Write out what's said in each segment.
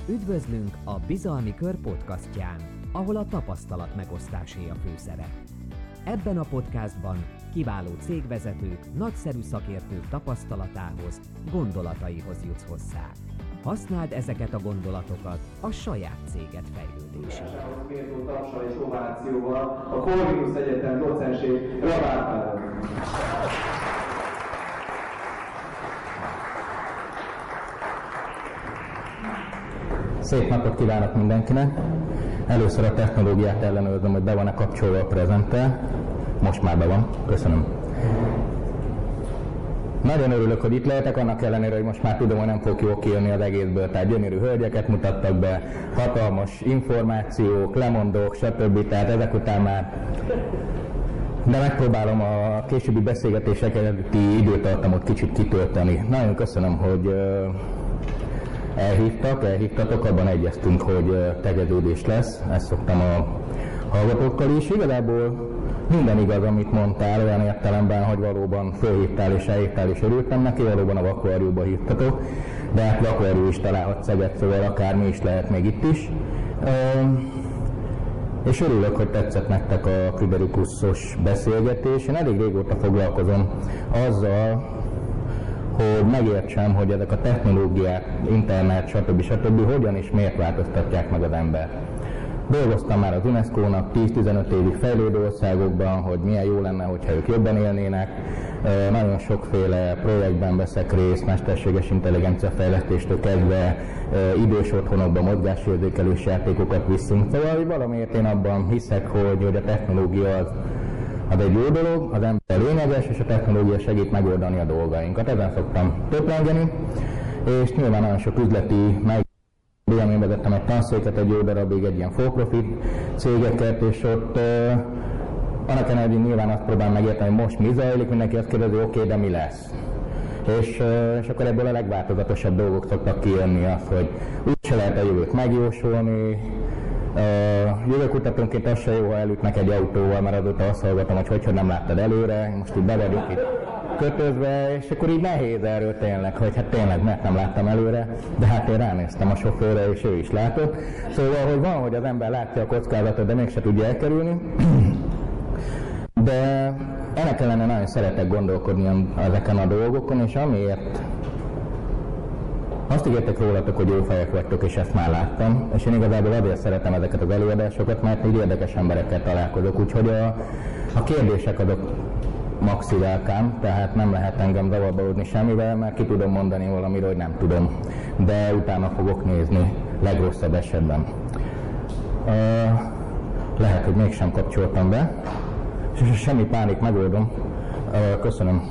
Üdvözlünk a Bizalmi Kör podcastján, ahol a tapasztalat megosztásé a főszerep. Ebben a podcastban kiváló cégvezetők, nagyszerű szakértők tapasztalatához, gondolataihoz jutsz hozzá. Használd ezeket a gondolatokat a saját céged fejlődésére. Méltó tapsal és ovációval a Corvinus Egyetem docensét Rabárkáról. Szép napot kívánok mindenkinek! Először a technológiát ellenőrzöm, hogy be van-e kapcsolva a prezentel. Most már be van. Köszönöm. Nagyon örülök, hogy itt lehetek, annak ellenére, hogy most már tudom, hogy nem fog jól kijönni az egészből. Tehát gyönyörű hölgyeket mutattak be, hatalmas információk, lemondók, stb. Tehát ezek után már... De megpróbálom a későbbi beszélgetések előtti időtartamot kicsit kitölteni. Nagyon köszönöm, hogy elhívtatok, abban egyeztünk, hogy tegeződés lesz, ezt szoktam a hallgatókkal is. Igazából minden igaz, amit mondtál, olyan értelemben, hogy valóban fölhívtál és elhívtál, és örültem neki, valóban a Vakvarjúba hívtatok, de hát Vakvarjú is találhat Szeged, szóval akármi is lehet még itt is. És örülök, hogy tetszett nektek a Kriberikuszos beszélgetés. Én elég régóta foglalkozom azzal, hogy megértsem, hogy ezek a technológiák, internet, stb. Hogyan és miért változtatják meg az embert. Dolgoztam már az UNESCO-nak 10-15 évig fejlődő országokban, hogy milyen jó lenne, hogyha ők jobban élnének. Nagyon sokféle projektben veszek részt, mesterséges intelligencia fejlesztéstől kezdve idős otthonokban mozgásérzékelős játékokat viszünk. Szóval valamiért én abban hiszek, hogy a technológia az egy jó dolog, az ember lényeges, és a technológia segít megoldani a dolgainkat. Ezen szoktam töprengeni, és nyilván nagyon sok üzleti én vezettem egy tanszéket egy jó darabig, egy ilyen for-profit cégeket, és ott annak ellenére nyilván azt próbálom megérteni, hogy most mi zajlik, mindenki azt kérdezi, oké, de mi lesz? És akkor ebből a legváltozatosabb dolgok szoktak kijönni, az, hogy úgyse lehet a jövőt megjósolni. Jövőkutatónként az se jó, ha elütnek egy autóval, mert azóta azt hallgatom, hogy nem láttad előre, most így be vagyok itt kötözve, és akkor így nehéz erről tényleg, hogy hát tényleg mert nem láttam előre, de hát én ránéztem a sofőrre, és ő is látott. Szóval, hogy van, hogy az ember látja a kockázatot, de mégse tudja elkerülni. De ennek ellenére nagyon szeretek gondolkodni ezeken a dolgokon, és amiért azt ígértek rólatok, hogy jó fejek vagytok, és ezt már láttam, és én igazából azért szeretem ezeket az előadásokat, mert így érdekes emberekkel találkozok, úgyhogy a kérdések azok maxi welcome, tehát nem lehet engem zavarba hozni semmivel, mert ki tudom mondani valamiről, hogy nem tudom, de utána fogok nézni, legrosszabb esetben. Lehet, hogy mégsem kapcsoltam be, és semmi pánik, megoldom. Köszönöm.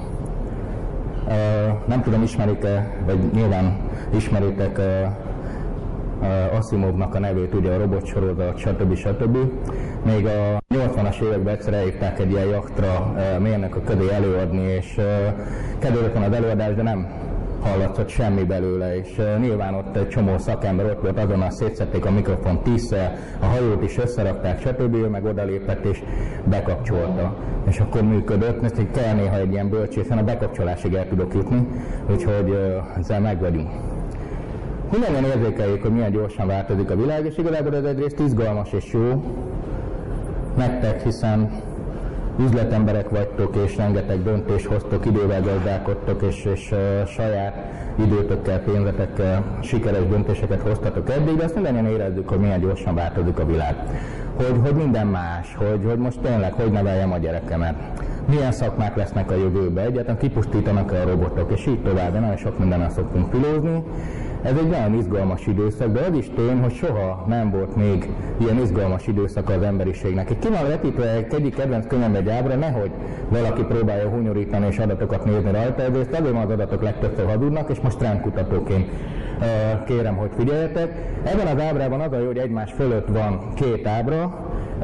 Nem tudom, ismerik-e, vagy nyilván ismeritek Asimovnak a nevét, ugye a robotsorozat, stb. Még a 80-as években egyszer elhívták egy ilyen jachtra mérnökök közé előadni, és kedvelőtt van az előadás, de nem hallatszott semmi belőle, és nyilván ott egy csomó szakember ott volt, azonnal szétszették a mikrofont 10-szer, a hajót is összerakták, stb. Ő meg odalépett és bekapcsolta, és akkor működött. Ezt így kell néha egy ilyen bölcsészen, a bekapcsolásig el tudok jutni, úgyhogy ezzel meg vagyunk. Mindannyian érzékeljük, hogy milyen gyorsan változik a világ, és igazából ez egyrészt izgalmas és jó nektek, hiszen üzletemberek vagytok, és rengeteg döntést hoztok, idővel gazdálkodtok, és saját időtökkel, pénzetekkel sikeres döntéseket hoztatok eddig, de azt mindannyian érezzük, hogy milyen gyorsan változik a világ. Hogy minden más, hogy most tényleg hogy neveljem a gyerekemet, milyen szakmák lesznek a jövőben, egyáltalán kipusztítanak-e a robotok, és így tovább, de nagyon sok mindennel szoktunk filózni. Ez egy nagyon izgalmas időszak, de az is tény, hogy soha nem volt még ilyen izgalmas időszaka az emberiségnek. Itt ki van vetítve egyik kedvenc könyvembe egy ábra, nehogy valaki próbálja hunyorítani és adatokat nézni rajta, ezért azért az adatok legtöbbször hazudnak, és most trendkutatóként kérem, hogy figyeljetek. Ebben az ábrában az a jó, hogy egymás fölött van két ábra.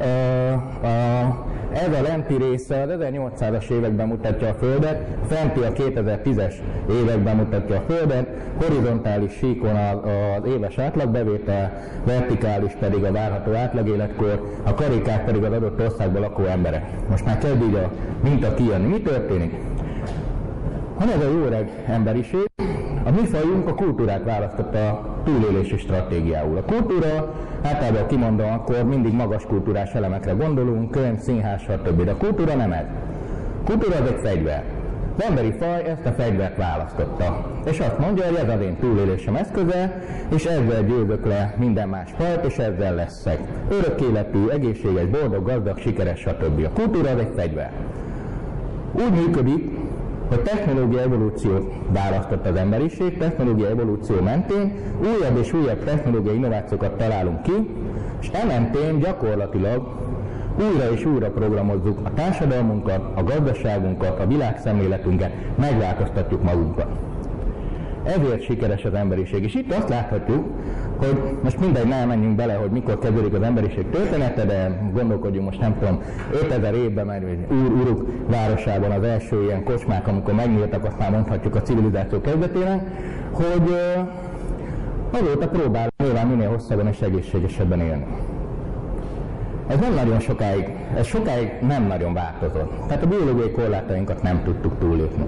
Ez a lenti része az 1800-as években mutatja a Földet, fenti a 2010-es években mutatja a Földet, horizontális síkon az éves átlagbevétel, vertikális pedig a várható átlagéletkor, a karikák pedig az adott országban lakó emberek. Most már kezd így a minta kijönni. Mi történik? Van ez a jó öreg emberiség, A mi fajunk a kultúrát választotta a túlélési stratégiául. A kultúra, általában kimondom, akkor mindig magas kultúrás elemekre gondolunk, könyv, színház, stb. De a kultúra nem ez. A kultúra az egy fegyver. Az emberi faj ezt a fegyvert választotta. És azt mondja, hogy ez az én túlélésem eszköze, és ezzel győzök le minden más fajt, és ezzel leszek örök életű, egészséges, boldog, gazdag, sikeres, stb. A kultúra az egy fegyver. Úgy működik, hogy technológia evolúciót választott az emberiség, technológia evolúció mentén újabb és újabb technológiai innovációkat találunk ki, és ementén gyakorlatilag újra és újra programozzuk a társadalmunkat, a gazdaságunkat, a világszemléletünket, megváltoztatjuk magunkat. Ezért sikeres az emberiség. És itt azt láthatjuk, hogy most mindegy, ne menjünk bele, hogy mikor kezdődik az emberiség története, de gondolkodjunk most nem tudom, 5000 évben, mert Uruk városában az első ilyen kocsmák, amikor megnyíltak, azt már mondhatjuk a civilizáció kezdetének, hogy azóta próbál nyilván minél hosszabban és egészségesebben élni. Ez nem nagyon sokáig, ez sokáig nem nagyon változott. Tehát a biológiai korlátainkat nem tudtuk túllépni.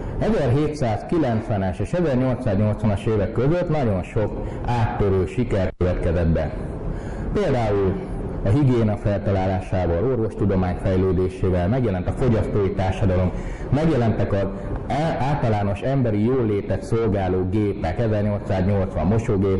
1790-es és 1880-as évek között nagyon sok áttörő siker következett be. Például a higiéna feltalálásával, orvostudomány fejlődésével, megjelent a fogyasztói társadalom, megjelentek az általános emberi jólétet szolgáló gépek, 1880 mosógép,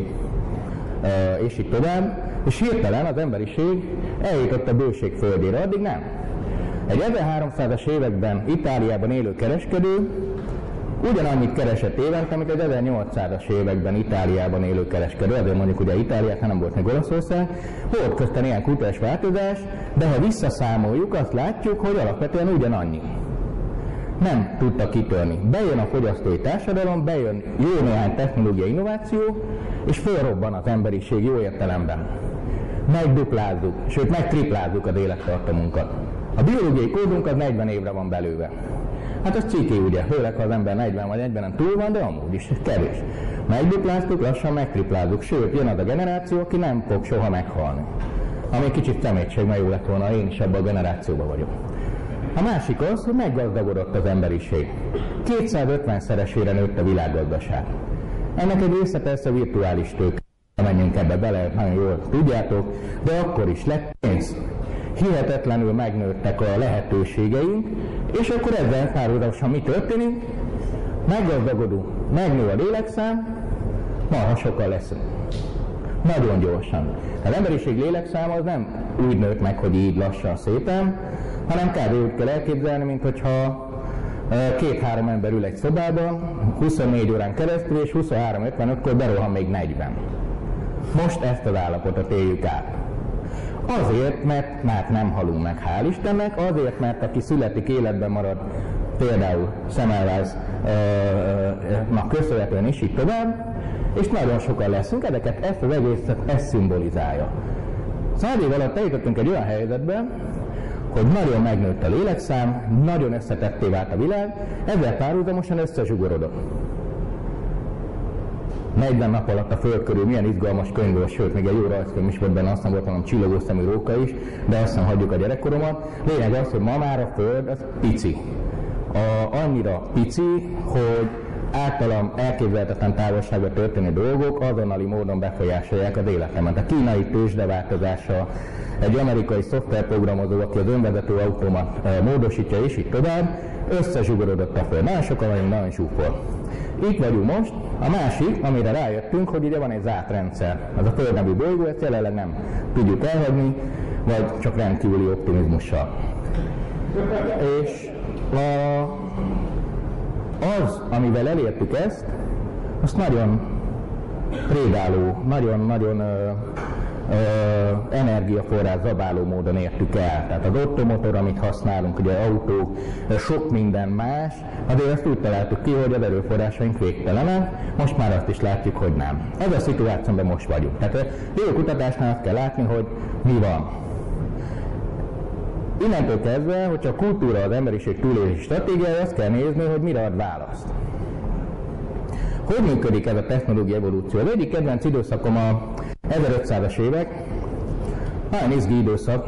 és így tovább, és hirtelen az emberiség eljutott a bőség földjére, addig nem. Egy 1300-as években Itáliában élő kereskedő ugyanannyit keresett évente, mint egy 1800-as években Itáliában élő kereskedő, azért mondjuk ugye Itáliát, nem volt meg Olaszország, volt közten ilyen kulturális változás, de ha visszaszámoljuk, azt látjuk, hogy alapvetően ugyanannyi. Nem tudta kitörni. Bejön a fogyasztói társadalom, bejön jó néhány technológiai innováció, és fölrobban az emberiség jó értelemben. Megduplázzuk, sőt megtriplázzuk az élettartamunkat. A biológiai kódunk az 40 évre van belőve. Hát az ciki ugye, főleg ha az ember 40 vagy 40-en túl van, de amúgy is kevés. Megdupláztuk, lassan megtriplázzuk, sőt jön az a generáció, aki nem fog soha meghalni. Ami kicsit szemétség, mert jó lett volna, én is ebben a generációban vagyok. A másik az, hogy meggazdagodott az emberiség. 250-szeresére nőtt a világgazdaság. Ennek egy része persze virtuális tőke. Menjünk ebbe bele, nagyon jól tudjátok, de akkor is lett pénz. Hihetetlenül megnőttek a lehetőségeink, és akkor ezzel párhuzamosan mi történik? Meggazdagodunk, megnő a lélekszám, marha sokan leszünk. Nagyon gyorsan. Az emberiség lélekszáma az nem úgy nőtt meg, hogy így lassan szépen, hanem kb. Úgy kell elképzelni, mint hogyha 2-3 ember ül egy szobában, 24 órán keresztül, és 23:55-kor berohan még 40. Most ezt az állapotot éljük át. Azért, mert már nem halunk meg, hál' Istennek, azért, mert aki születik, életben marad, például Semmelweis-nak köszönhetően is így tovább, és nagyon sokan leszünk, ezt az egészet ez szimbolizálja. 100 év alatt eljutottunk egy olyan helyzetbe, hogy nagyon megnőtt a lélekszám, nagyon összetetté vált a világ, ezzel párhuzamosan összezsugorodott. 40 nap alatt a Föld körül milyen izgalmas könyv volt, sőt, még egy jó rajzfilm is volt benne, aztán volt valami csillogó szemű róka is, de aztán hagyjuk a gyerekkoromat. Lényeg az, hogy ma már a Föld az pici. Annyira pici, hogy általam elképzelhetetlen távolságban történő dolgok azonnali módon befolyásolják az életemet. A kínai tőzsdeváltozása, egy amerikai szoftverprogramozó, aki az önvezető autómat módosítja, és így tovább, összezsugorodott a Föld. Nagyon sokan vagyunk, nagyon zsúfol. Itt vagyunk most. A másik, amire rájöttünk, hogy ugye van egy zárt rendszer. Az a Föld nevű bolygó, ezt jelenleg nem tudjuk elhagyni, vagy csak rendkívüli optimizmussal. És az, amivel elértük ezt, azt nagyon prédáló, nagyon energiaforrás zabáló módon értük el. Tehát az ottomotor, amit használunk, ugye autók, sok minden más, azért azt úgy találtuk ki, hogy az erőforrásaink végtelenek, most már azt is látjuk, hogy nem. Ez a szituációban most vagyunk. Tehát a kutatásnál azt kell látni, hogy mi van. Innentől kezdve, hogyha a kultúra az emberiség túlélési stratégiája, azt kell nézni, hogy mire ad választ. Hogy működik ez a technológia evolúció? Az egyik kedvenc időszakom a 1500-as évek, nagyon izgi időszak.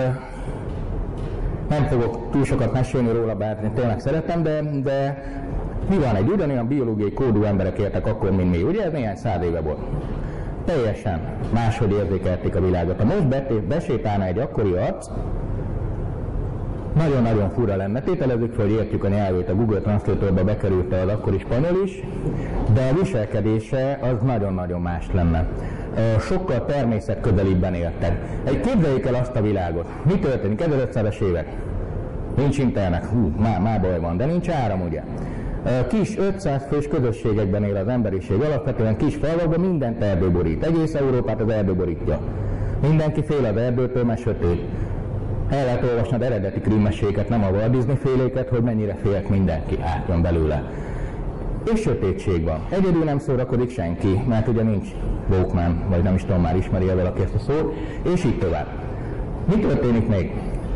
Nem fogok túl sokat mesélni róla, bár én tényleg szeretem, de Mi van, egy ugyanolyan biológiai kódú emberek éltek akkor, mint mi, ugye ez néhány száz éve volt. Teljesen máshogy érzékelték a világot. Ha most besétálna egy akkori arc, nagyon-nagyon fura lenne. Tételezzük fel, hogy értjük a nyelvét, a Google Translatorba bekerült az akkori spanyol is, de a viselkedése az nagyon-nagyon más lenne. Sokkal természetközelibben éltek. Képzeljék el azt a világot. Mi történik? 1500-es évek. Nincs internet, már baj van, de nincs áram, ugye? Kis 500 fős közösségekben él az emberiség, alapvetően kis falvakban mindent erdő borít. Egész Európát az erdő borítja. Mindenki fél az erdőtől, mert sötét. El lehet olvasni az eredeti krímmeséket, nem a Walt Disney féléket, hogy mennyire félt mindenki, átjön belőle. És sötétség van. Egyedül nem szórakodik senki, mert ugye nincs Walkman, vagy nem is tudom, már ismeri valaki ezt a szót, és így tovább. Mi történik még?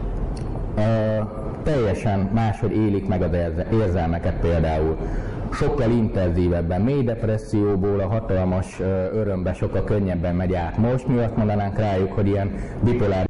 Teljesen máshogy élik meg az érzelmeket például. Sokkal intenzívebben, mély depresszióból a hatalmas örömbe sokkal könnyebben megy át. Most mi azt mondanánk rájuk, hogy ilyen bipoláris.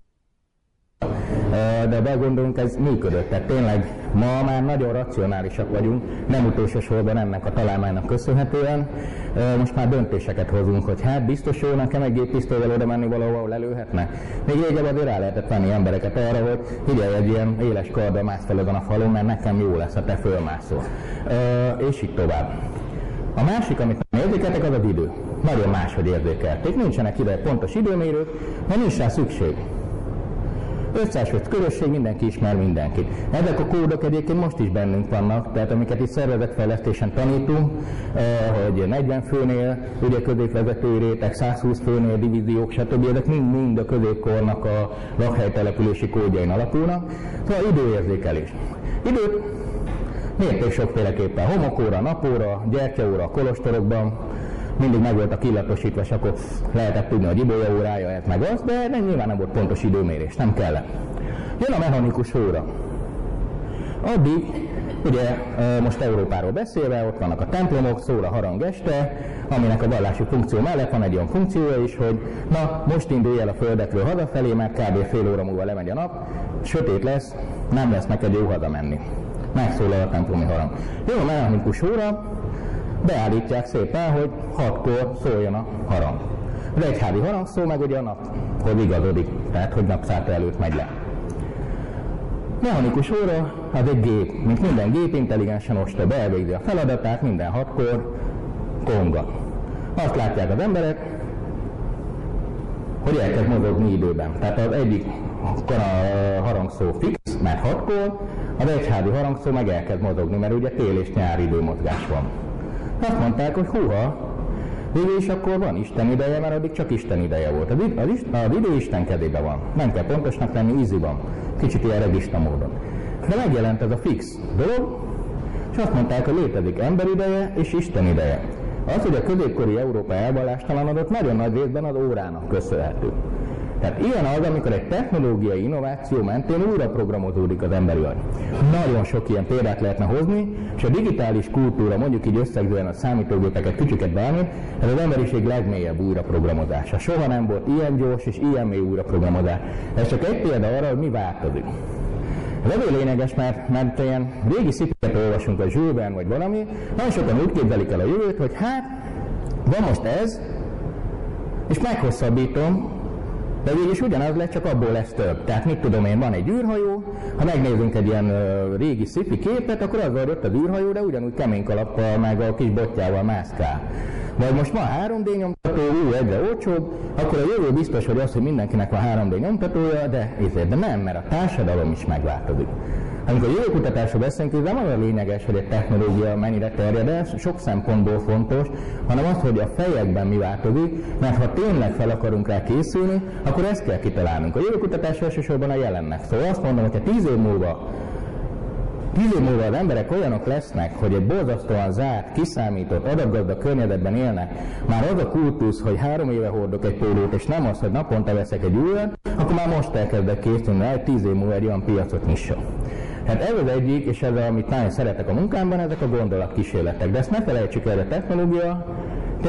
De begondolunk, ez működött. Tehát tényleg ma már nagyon racionálisak vagyunk, nem utolsó sorban ennek a találmánynak köszönhetően. Most már döntéseket hozunk, hogy hát biztos jó nekem egy géppisztolyval oda menni valahol, ahol lelőhetnek. Még régebben azért rá lehetett venni embereket arra, hogy figyelj, egy ilyen éles karddal mász fel a falon, mert nekem jó lesz, ha te fölmászol. És így tovább. A másik, amit nem érzékeltek, az az idő. Nagyon máshogy érzékelték. Nincsenek ide pontos időmérők, mert nincs rá szükség. 500 fős közösség, mindenki ismer mindenkit. Ezek a kódok egyébként most is bennünk vannak, tehát amiket itt szervezetfejlesztésen tanítunk, hogy 40 főnél, ugye középvezetői réteg, 120 főnél, divíziók, stb. Ezek mind a középkornak a lakhelytelepülési kódjain alapulnak. Szóval időérzékelés. Időt mérték sokféleképpen, homokóra, napóra, gyertyaóra, kolostorokban, mindig meg voltak illatosítva, és akkor lehetett tudni, hogy ibolya órája, ez meg az, de nyilván nem volt pontos időmérés, nem kellett. Jön a mechanikus óra. Addig, ugye most Európáról beszélve, ott vannak a templomok, szól a harang este, aminek a vallási funkció mellett van egy olyan funkciója is, hogy na, most indulj el a földekről hazafelé, mert kb. Fél óra múlva lemegy a nap, sötét lesz, nem lesz neked jó hazamenni. Megszólal a templomi harang. Jön a mechanikus óra, beállítják szépen, hogy 6-kor szóljon a harang. Az egyházi harangszó meg ugye a naphoz igazodik, tehát hogy napszállt előtt megy le. Mechanikus óra az egy gép, mint minden gép intelligensen ostoba, elvégzi a feladatát, minden 6-kor kongat. Azt látják az emberek, hogy elkezd mozogni időben. Tehát az egyik harangszó fix, mert 6-kor, az egyházi harangszó meg elkezd mozogni, mert ugye tél és nyári időmozgás van. Azt mondták, hogy húha, végül is akkor van Isten ideje, mert addig csak Isten ideje volt. Az idő Isten kezében van. Nem kell pontosnak lenni, easy-ban. Kicsit ilyen regista módon. De megjelent ez a fix dolog, és azt mondták, hogy létezik emberideje és Isten ideje. Az, hogy a középkori Európa elvallástalanodott, nagyon nagy részben az órának köszönhető. Tehát ilyen az, amikor egy technológiai innováció mentén újra programozódik az emberi agy. Nagyon sok ilyen példát lehetne hozni, és a digitális kultúra, mondjuk így összegzően a számítógépeket kicsiket bármit, ez az emberiség legmélyebb újraprogramozása. Soha nem volt ilyen gyors és ilyen mély újraprogramozás. Ez csak egy példa arra, hogy mi változik. Ez azért lényeges, mert ilyen régi szippet olvasunk a zsűlben, vagy valami, nagyon sokan úgy képzelik el a jövőt, hogy hát, van most ez, és meghosszabbítom, de végülis ugyanaz lesz, csak abból lesz több. Tehát mit tudom én, van egy űrhajó, ha megnézzünk egy ilyen régi sci-fi képet, akkor az van ott az űrhajó, de ugyanúgy kemény kalappal, meg a kis botjával mászkál. Vagy most van 3D nyomtató, egyre olcsóbb, akkor a jövő biztos, hogy az, hogy mindenkinek van 3D nyomtatója, de nem, mert a társadalom is megváltozik. Amikor jövőkutatásról beszélünk, ez nem olyan lényeges, hogy egy technológia mennyire terjed el, sok szempontból fontos, hanem az, hogy a fejekben mi változik, mert ha tényleg fel akarunk rá készülni, akkor ezt kell kitalálnunk. A jövőkutatás elsősorban a jelennek. Szóval azt mondom, hogy ha 10 év múlva az emberek olyanok lesznek, hogy egy borzasztóan zárt, kiszámított, adatgazdag környezetben élnek, már az a kultusz, hogy 3 éve hordok egy pólót, és nem az, hogy naponta veszek egy újat, akkor már most elkezdek készülni, hogy 10 év múlva egy olyan piacot nyissa. Hát ez az egyik, és ez, amit nagyon szeretek a munkámban, ezek a gondolatkísérletek. De ezt ne felejtsük el, a technológia tényleg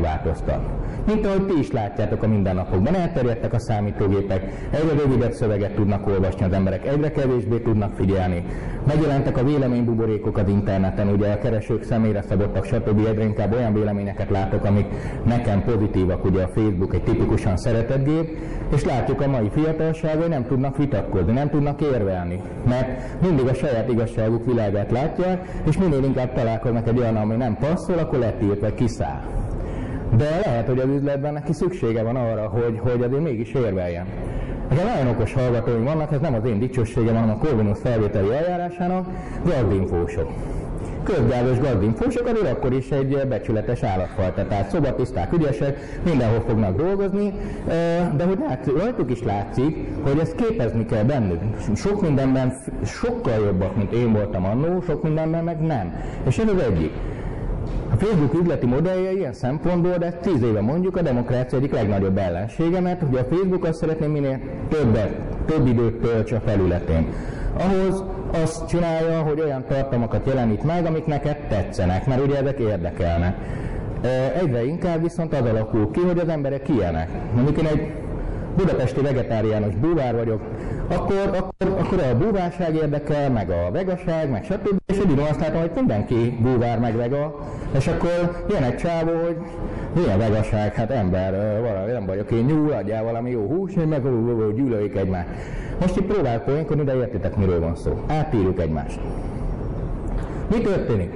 megváltoztak. Mint ahogy ti is látjátok a mindennapokban, elterjedtek a számítógépek, egyre rövidebb szöveget tudnak olvasni az emberek, egyre kevésbé tudnak figyelni. Megjelentek a véleménybuborékok az interneten, ugye a keresők személyre szabottak, stb. Egyre inkább olyan véleményeket látok, amik nekem pozitívak, ugye a Facebook egy tipikusan szeretett gép, és látjuk a mai fiatalság, hogy nem tudnak vitatkozni, nem tudnak érvelni, mert mindig a saját igazságuk világát látják, és minél inkább találkoznak egy olyan, ami nem passzol, akkor letilt vagy kiszáll. De lehet, hogy az üzletben neki szüksége van arra, hogy azért mégis érveljen. Nekem nagyon okos hallgatóim vannak, ez nem az én dicsőségem, hanem a Corvinus felvételi eljárásának, gazdinfósok. Közgázos gazdinfósok, azért akkor is egy becsületes állatfajta, tehát szobatiszták, ügyesek, mindenhol fognak dolgozni, de hogy rajtuk is látszik, hogy ezt képezni kell bennük. Sok mindenben sokkal jobbak, mint én voltam annó, sok mindenben meg nem. És ez az egyik. A Facebook üzleti modellje ilyen szempontból, de 10 éve mondjuk a demokrácia egyik legnagyobb ellensége, mert ugye a Facebook azt szeretné minél több időt tölts a felületén. Ahhoz azt csinálja, hogy olyan tartalmakat jelenít meg, amik neked tetszenek, mert ugye ezek érdekelnek. Egyre inkább viszont az alakul ki, hogy az emberek ilyenek. Mondjuk én egy budapesti vegetáriánus búvár vagyok, akkor a búvárság érdekel, meg a vegaság, meg stb. És egy idő azt látom, hogy mindenki búvár meg vega, és akkor jön egy csávó, hogy milyen vegaság, hát ember, valami nem vagyok én nyúl, adjál valami jó hús, én meg gyűlöljük egymást. Most itt próbál poénkodni, de értitek, miről van szó. Átírjuk egymást. Mi történik?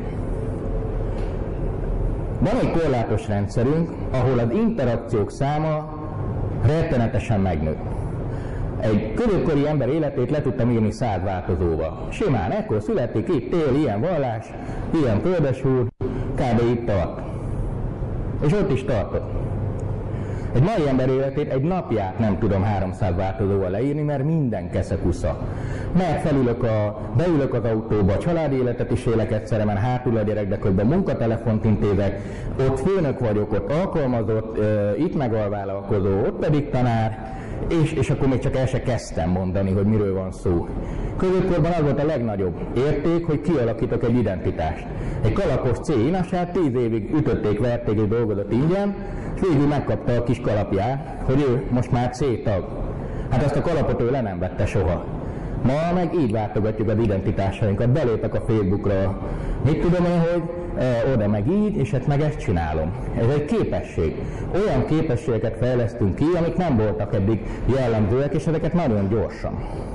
Van egy korlátos rendszerünk, ahol az interakciók száma rettenetesen megnő. Egy középkori ember életét le tudtam írni 100 változóval. Simán, ekkor születik, itt él, ilyen vallás, ilyen földesúr, kb. Itt tart. És ott is tartott. Egy mai ember életét, egy napját nem tudom 300 változóval leírni, mert minden keszekusza. Mert beülök az autóba, a családi életet is élek egyszerre, mert hátul a gyerek, de közben munkatelefont intézek, ott főnök vagyok, ott alkalmazott, itt megalvállalkozó, ott pedig tanár, és akkor még csak el se kezdtem mondani, hogy miről van szó. Középkorban az volt a legnagyobb érték, hogy kialakítok egy identitást. Egy kalapos C inasát 10 évig ütötték, verték és dolgozott ingyen, és végül megkapta a kis kalapját, hogy ő most már C tag. Hát azt a kalapot ő le nem vette soha. Ma meg így váltogatjuk az identitásainkat, belépek a Facebookra, mit tudom én, hogy oda meg így, és hát meg ezt csinálom. Ez egy képesség. Olyan képességeket fejlesztünk ki, amik nem voltak eddig jellemzőek, és ezeket nagyon gyorsan.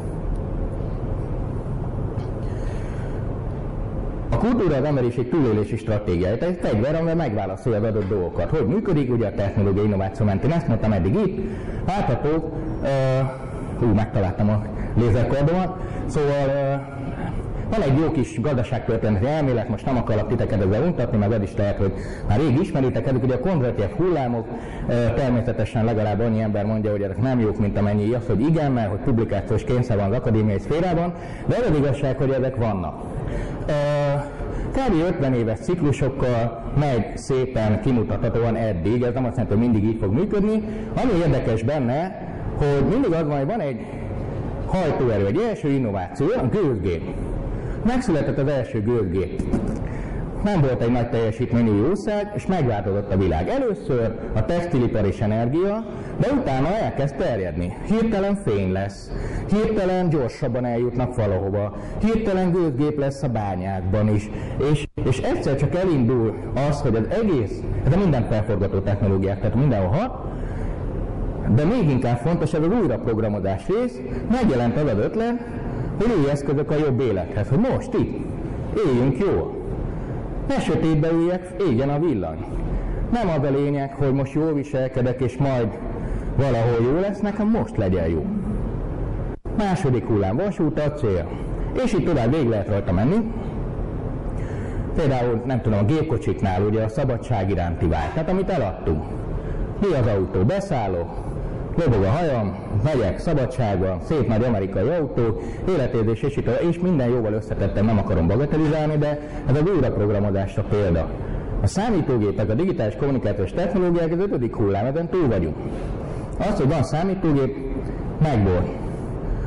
A kultúra az emberiség túlélési stratégiája, tehát egy fegyver, amivel megválaszolja az adott dolgokat. Hogy működik, ugye a technológiai innováció mentén, ezt mondtam eddig itt, láthatók, megtaláltam a lézerkardomat, szóval van egy jó kis gazdaságtörténeti elmélet, most nem akarok titeket ezzel untatni, meg ez is lehet, hogy már rég ismeritek, ezek ugye a konvertív hullámok, természetesen legalább annyi ember mondja, hogy ezek nem jók, mint amennyi az, hogy igen, mert hogy publikációs kényszer van az akadémiai szférában, de az igazság, hogy ezek vannak. Kb. 50 éves ciklusokkal megy szépen kimutathatóan eddig, ez nem azt jelenti, hogy mindig így fog működni. Ami érdekes benne, hogy mindig az van, hogy van egy hajtóerő, egy első innováció, olyan gőzgép. Megszületett az első gőzgép. Nem volt egy nagy teljesítményű jószág, és megváltozott a világ. Először a textilipar és energia, de utána elkezd terjedni. Hirtelen fény lesz, hirtelen gyorsabban eljutnak valahova, hirtelen gőzgép lesz a bányákban is, és egyszer csak elindul az, hogy az egész, ez a minden felforgató technológiák, tehát mindenhol hat, de még inkább fontos ez az újraprogramozás rész, megjelent az az ötlet, hogy új eszközök a jobb élethez, hogy most itt éljünk jól. Ne sötétbe üljek, égjen a villany. Nem az a lényeg, hogy most jól viselkedek, és majd valahol jó lesz, nekem most legyen jó. Második hullám, vasút a cél. És így tovább végig lehet rajta menni. Például, nem tudom, a gépkocsiknál ugye a szabadság iránti vágy. Tehát amit eladtunk. Mi az autó? Beszállok, lobog a hajam, megyek szabadságban, szép nagy amerikai autó, életérzés és minden jóval összetettem, nem akarom bagatelizálni, de ez az újraprogramozásra példa. A számítógépek, a digitális kommunikációs technológiák az 5. hullám, ezen túl vagyunk. Az, hogy van számítógép, megvolt.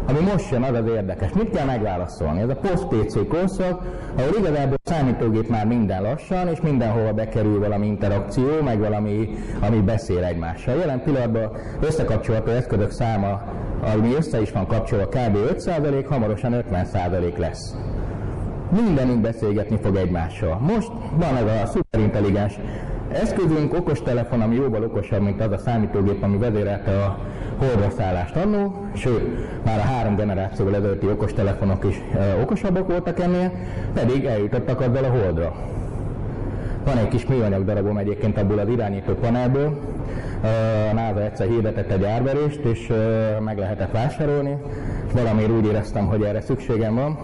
Ami most jön, az az érdekes. Mit kell megválaszolni? Ez a post-PC korszak, ahol igazából a számítógép már minden lassan, és mindenhova bekerül valami interakció, meg valami, ami beszél egymással. Jelen pillanatban összekapcsolható eszközök száma, ami össze is van kapcsolva, kb. 5%, hamarosan 50% lesz. Mindenünk beszélgetni fog egymással. Most van ez a szuperintelligens eszközünk, okostelefon, ami jóval okosabb, mint az a számítógép, ami vezérelte a holdra szállást annó, sőt, már a 3 generációval ezelőtti okostelefonok is okosabbak voltak ennél, pedig eljutottak azzal a holdra. Van egy kis műanyag darabom egyébként abból az irányító panelből, a NASA egyszer hirdetett egy árverést, és meg lehetett vásárolni, és valamiért úgy éreztem, hogy erre szükségem van.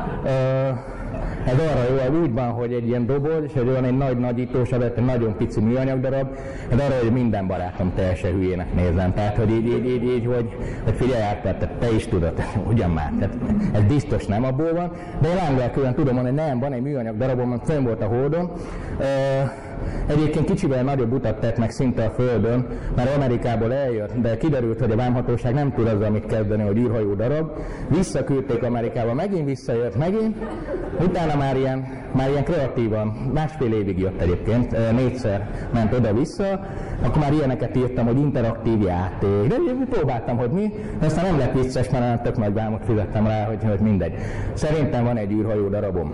Ez arra jó, úgy van, hogy egy ilyen doboz, és egy nagy nagyítós adat, egy nagyon pici műanyag darab, ez arra, hogy minden barátom teljesen hülyének nézem. Tehát, hogy így hogy figyelj át, tehát te is tudod, ugyan már, tehát ez biztos nem abból van, de én lángelkülön tudom mondani, hogy nem, van egy műanyag darabom, ami fenn volt a holdon. Egyébként kicsivel nagyobb utat tett meg szinte a Földön, mert Amerikából eljött, de kiderült, hogy a vámhatóság nem tud azzal mit kezdeni, hogy űrhajó darab. Visszaküldték Amerikába, megint visszajött, megint. Utána már ilyen kreatívan, 1,5 évig jött egyébként, 4-szer ment oda-vissza, akkor már ilyeneket írtam, hogy interaktív játék. De próbáltam, hogy mi, aztán nem lett vicces, mert olyan tök nagy vámot fizettem rá, hogy mindegy. Szerintem van egy űrhajó darabom.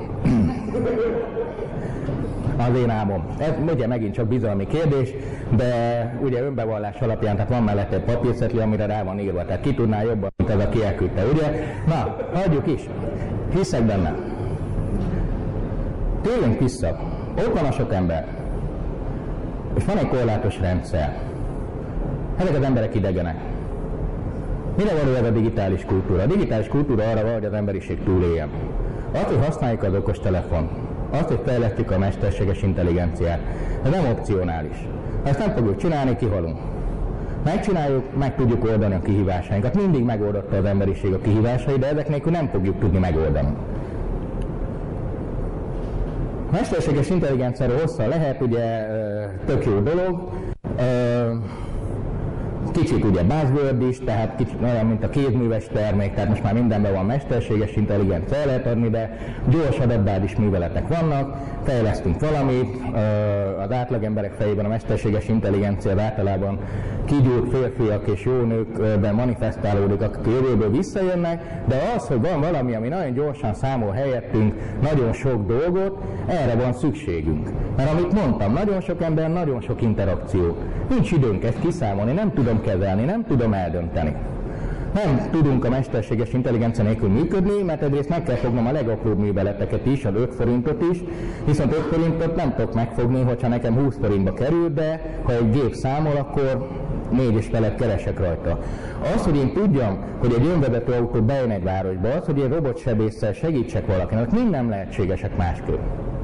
Az én álmom. Ez ugye megint csak bizalmi kérdés, de ugye önbevallás alapján, tehát van mellette egy papírcetli, amire rá van írva, tehát ki tudná jobban, mint az, aki elküldte, ugye? Na, hagyjuk is. Hiszek benne. Térjünk vissza. Ott van a sok ember. És van egy korlátos rendszer. Ezek az emberek idegenek. Mire való ez a digitális kultúra? A digitális kultúra arra van, hogy az emberiség túléljen. Azt, hogy használjuk az okostelefon, azt, hogy fejlesztjük a mesterséges intelligenciát, ez nem opcionális. Ha ezt nem fogjuk csinálni, kihalunk. Megcsináljuk, meg tudjuk oldani a kihívásainkat. Mindig megoldotta az emberiség a kihívásait, de ezek nélkül nem fogjuk tudni megoldani. A mesterséges intelligenciáról hosszan lehet, ugye tök jó dolog. Kicsit ugye buzzword is, tehát kicsit olyan, mint a kézműves termék, tehát most már mindenben van mesterséges intelligencia, el lehet adni, de gyors adatbázis műveletek vannak, fejlesztünk valamit, az átlagemberek fejében a mesterséges intelligencia az általában kigyúrt férfiak és jó nőkben manifestálódik, akik jövőből visszajönnek, de az, hogy van valami, ami nagyon gyorsan számol helyettünk nagyon sok dolgot, erre van szükségünk. Mert amit mondtam, nagyon sok ember, nagyon sok interakció. Nincs időnk ezt kiszámolni, nem tudom kezelni, nem tudom eldönteni. Nem tudunk a mesterséges intelligencia nélkül működni, mert egyrészt meg kell fognom a legapróbb műveleteket is, az 5 forintot is, viszont 5 forintot nem tudok megfogni, hogyha nekem 20 forintba kerül, de ha egy gép számol, akkor 4,5 keresek rajta. Az, hogy én tudjam, hogy egy önvezető autó bejön egy városba, az, hogy egy robotsebésszel segítsek valakinek, mind nem lehetségesek másképp.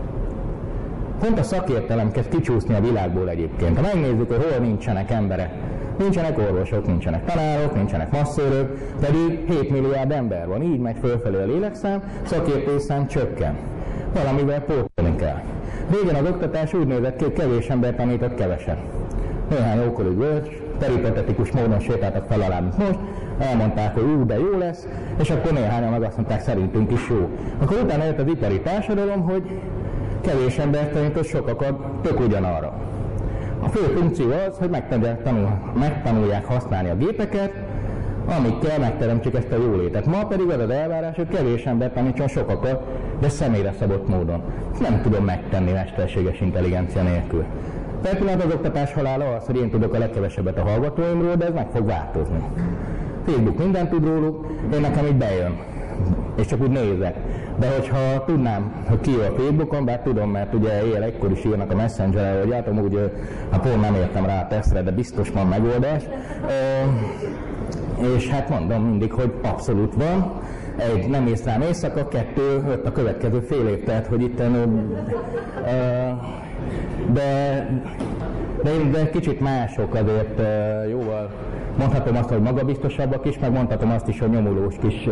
Pont a szakértelem kezd kicsúszni a világból egyébként. Ha megnézzük, hogy hol nincsenek emberek, nincsenek orvosok, nincsenek tanárok, nincsenek masszőrök, pedig 7 milliárd ember van, így megy fölfelé a lélekszám, szakértőszám csökken. Valamivel pótolni kell. Régen az oktatás úgy nézett ki, hogy kevés ember tanított keveset. Néhány ókorú bölcs, peripatetikus módon sétáltak fel alá, mint most, elmondták, hogy de jó lesz, és akkor néhányan meg azt mondták, szerintünk is jó. Akkor utána jött az ipari társadalom, hogy kevés ember tanított sokakat tök ugyanarra. A fő funkció az, hogy megtanulják használni a gépeket, amikkel megteremtsük ezt a jólétet. Ma pedig az az elvárás, hogy kevés ember tanítson sokakat, de személyre szabott módon. Nem tudom megtenni mesterséges intelligencia nélkül. Tehát az oktatás halála az, hogy én tudok a legkevesebbet a hallgatóimról, de ez meg fog változni. Facebook mindent tud róluk, én nekem így bejön, és csak úgy nézek. De hogyha tudnám, hogy ki a Facebookon, bár tudom, mert ugye éjjel egykor is írnak a Messengerre, hogy hát amúgy pont nem értem rá a tesztre, de biztos van megoldás. És hát mondom mindig, hogy abszolút van. Egy, nem ész rám éjszaka, 2, 5 a következő fél év, tehát hogy itt de kicsit mások azért jóval. Mondhatom azt, hogy magabiztosabbak is, meg mondhatom azt is, hogy nyomulós kis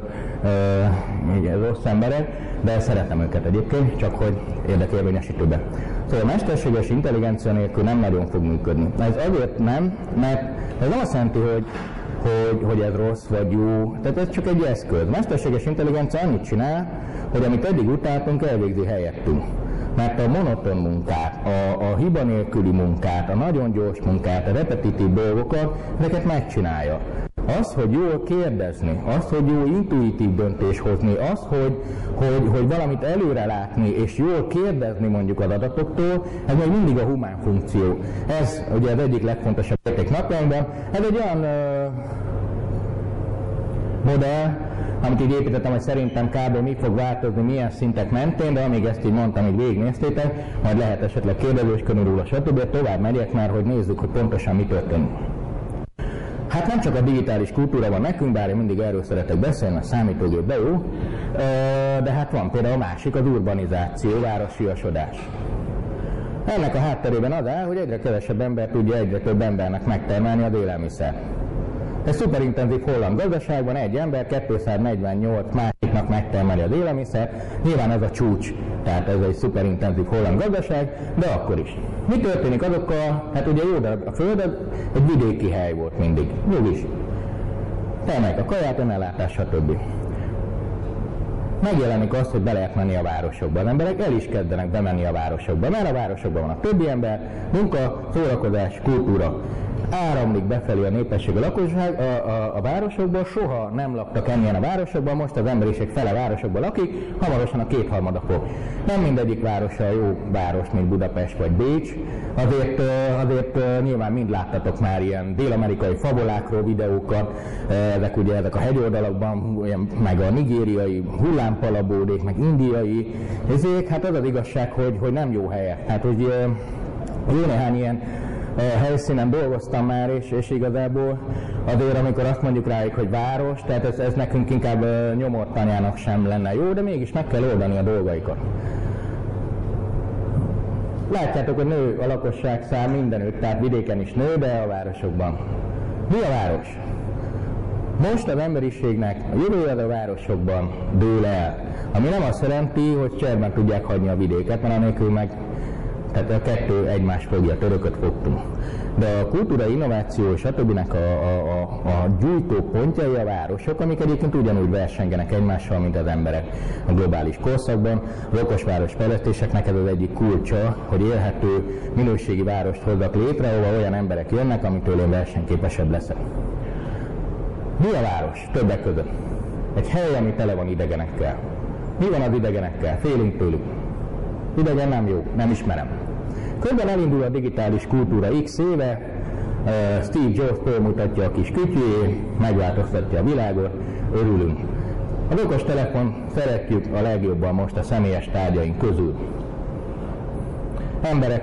rossz emberek, de szeretem őket egyébként, csak hogy érdekérvényesítőben. Szóval a mesterséges intelligencia nélkül nem nagyon fog működni. Ez azért nem, mert ez nem azt jelenti, hogy hogy ez rossz vagy jó, tehát ez csak egy eszköz. Mesterséges intelligencia annyit csinál, hogy amit eddig utáltunk, elvégzi helyettünk. Mert a monoton munkát, a hiba nélküli munkát, a nagyon gyors munkát, a repetitív dolgokat, ezeket megcsinálja. Az, hogy jól kérdezni, az, hogy jó intuitív döntés hozni, az, hogy valamit előre látni és jól kérdezni mondjuk az adatoktól, ez még mindig a humán funkció. Ez ugye az egyik legfontosabb érték napjainkban. Ez egy olyan modell, amit így építettem, hogy szerintem kb. Mi fog változni, milyen szintek mentén, de amíg ezt így mondtam, így végignéztétek, majd lehet esetleg kérdezősködni róla, stb. Tovább megyek már, hogy nézzük, hogy pontosan mi történik. Hát nem csak a digitális kultúra van nekünk, bár én mindig erről szeretek beszélni, a számítógépbe jó, de hát van például a másik, az urbanizáció, városiasodás. Ennek a hátterében az áll, hogy egyre kevesebb ember tudja egyre több embernek megtermelni az élelmiszer. Egy szuperintenzív holland gazdaságban egy ember 248 másiknak megtermeli az élelmiszer, nyilván ez a csúcs, tehát ez egy szuperintenzív holland gazdaság, de akkor is. Mi történik azokkal, hát ugye jó, de a Föld egy vidéki hely volt mindig, nyugis. Termelik a kaját, önellátás, stb. Megjelenik az, hogy be lehet menni a városokba. Az emberek el is kezdenek bemenni a városokba, mert a városokban van a többi ember, munka, szórakozás, kultúra. Áramlik befelé a népesség, a lakosság a városokból, soha nem laktak ennyien a városokban, most az emberiség fele városokban lakik, hamarosan a kétharmada fog. Nem mindegyik város a jó város, mint Budapest vagy Bécs, azért nyilván mind láttatok már ilyen dél-amerikai favolákról videókat, ezek a hegyoldalakban, meg a nigériai hullámpalabódék, meg indiai, ezek, hát az az igazság, hogy nem jó helyek. Hát, hogy jó néhány ilyen helyszínen dolgoztam már, és igazából azért, amikor azt mondjuk rájuk, hogy város, tehát ez nekünk inkább nyomortanyának sem lenne jó, de mégis meg kell oldani a dolgaikat. Látjátok, hogy nő a lakosság szám mindenütt, tehát vidéken is nő, de a városokban. Mi a város? Most az emberiségnek a jövője a városokban dől el, ami nem azt jelenti, hogy cserben tudják hagyni a vidéket, mert anélkül meg tehát a kettő egymás fogja, törököt fogtunk. De a kultúra, innováció és a többinek a gyújtópontjai a városok, amik egyébként ugyanúgy versengenek egymással, mint az emberek a globális korszakban. Az okosváros fejlesztéseknek ez az egyik kulcsa, hogy élhető, minőségi várost hozzak létre, ahol olyan emberek jönnek, amitől én versenyképesebb leszek. Mi a város? Többek között. Egy hely, ami tele van idegenekkel. Mi van az idegenekkel? Félünk tőlük. Idegen nem jó, nem ismerem. Közben elindul a digitális kultúra x éve, Steve Jobs fölmutatja a kis kütyüjét, megváltoztatja a világot, örülünk. Az okos telefon szeretjük a legjobban most a személyes tárgyaink közül. Emberek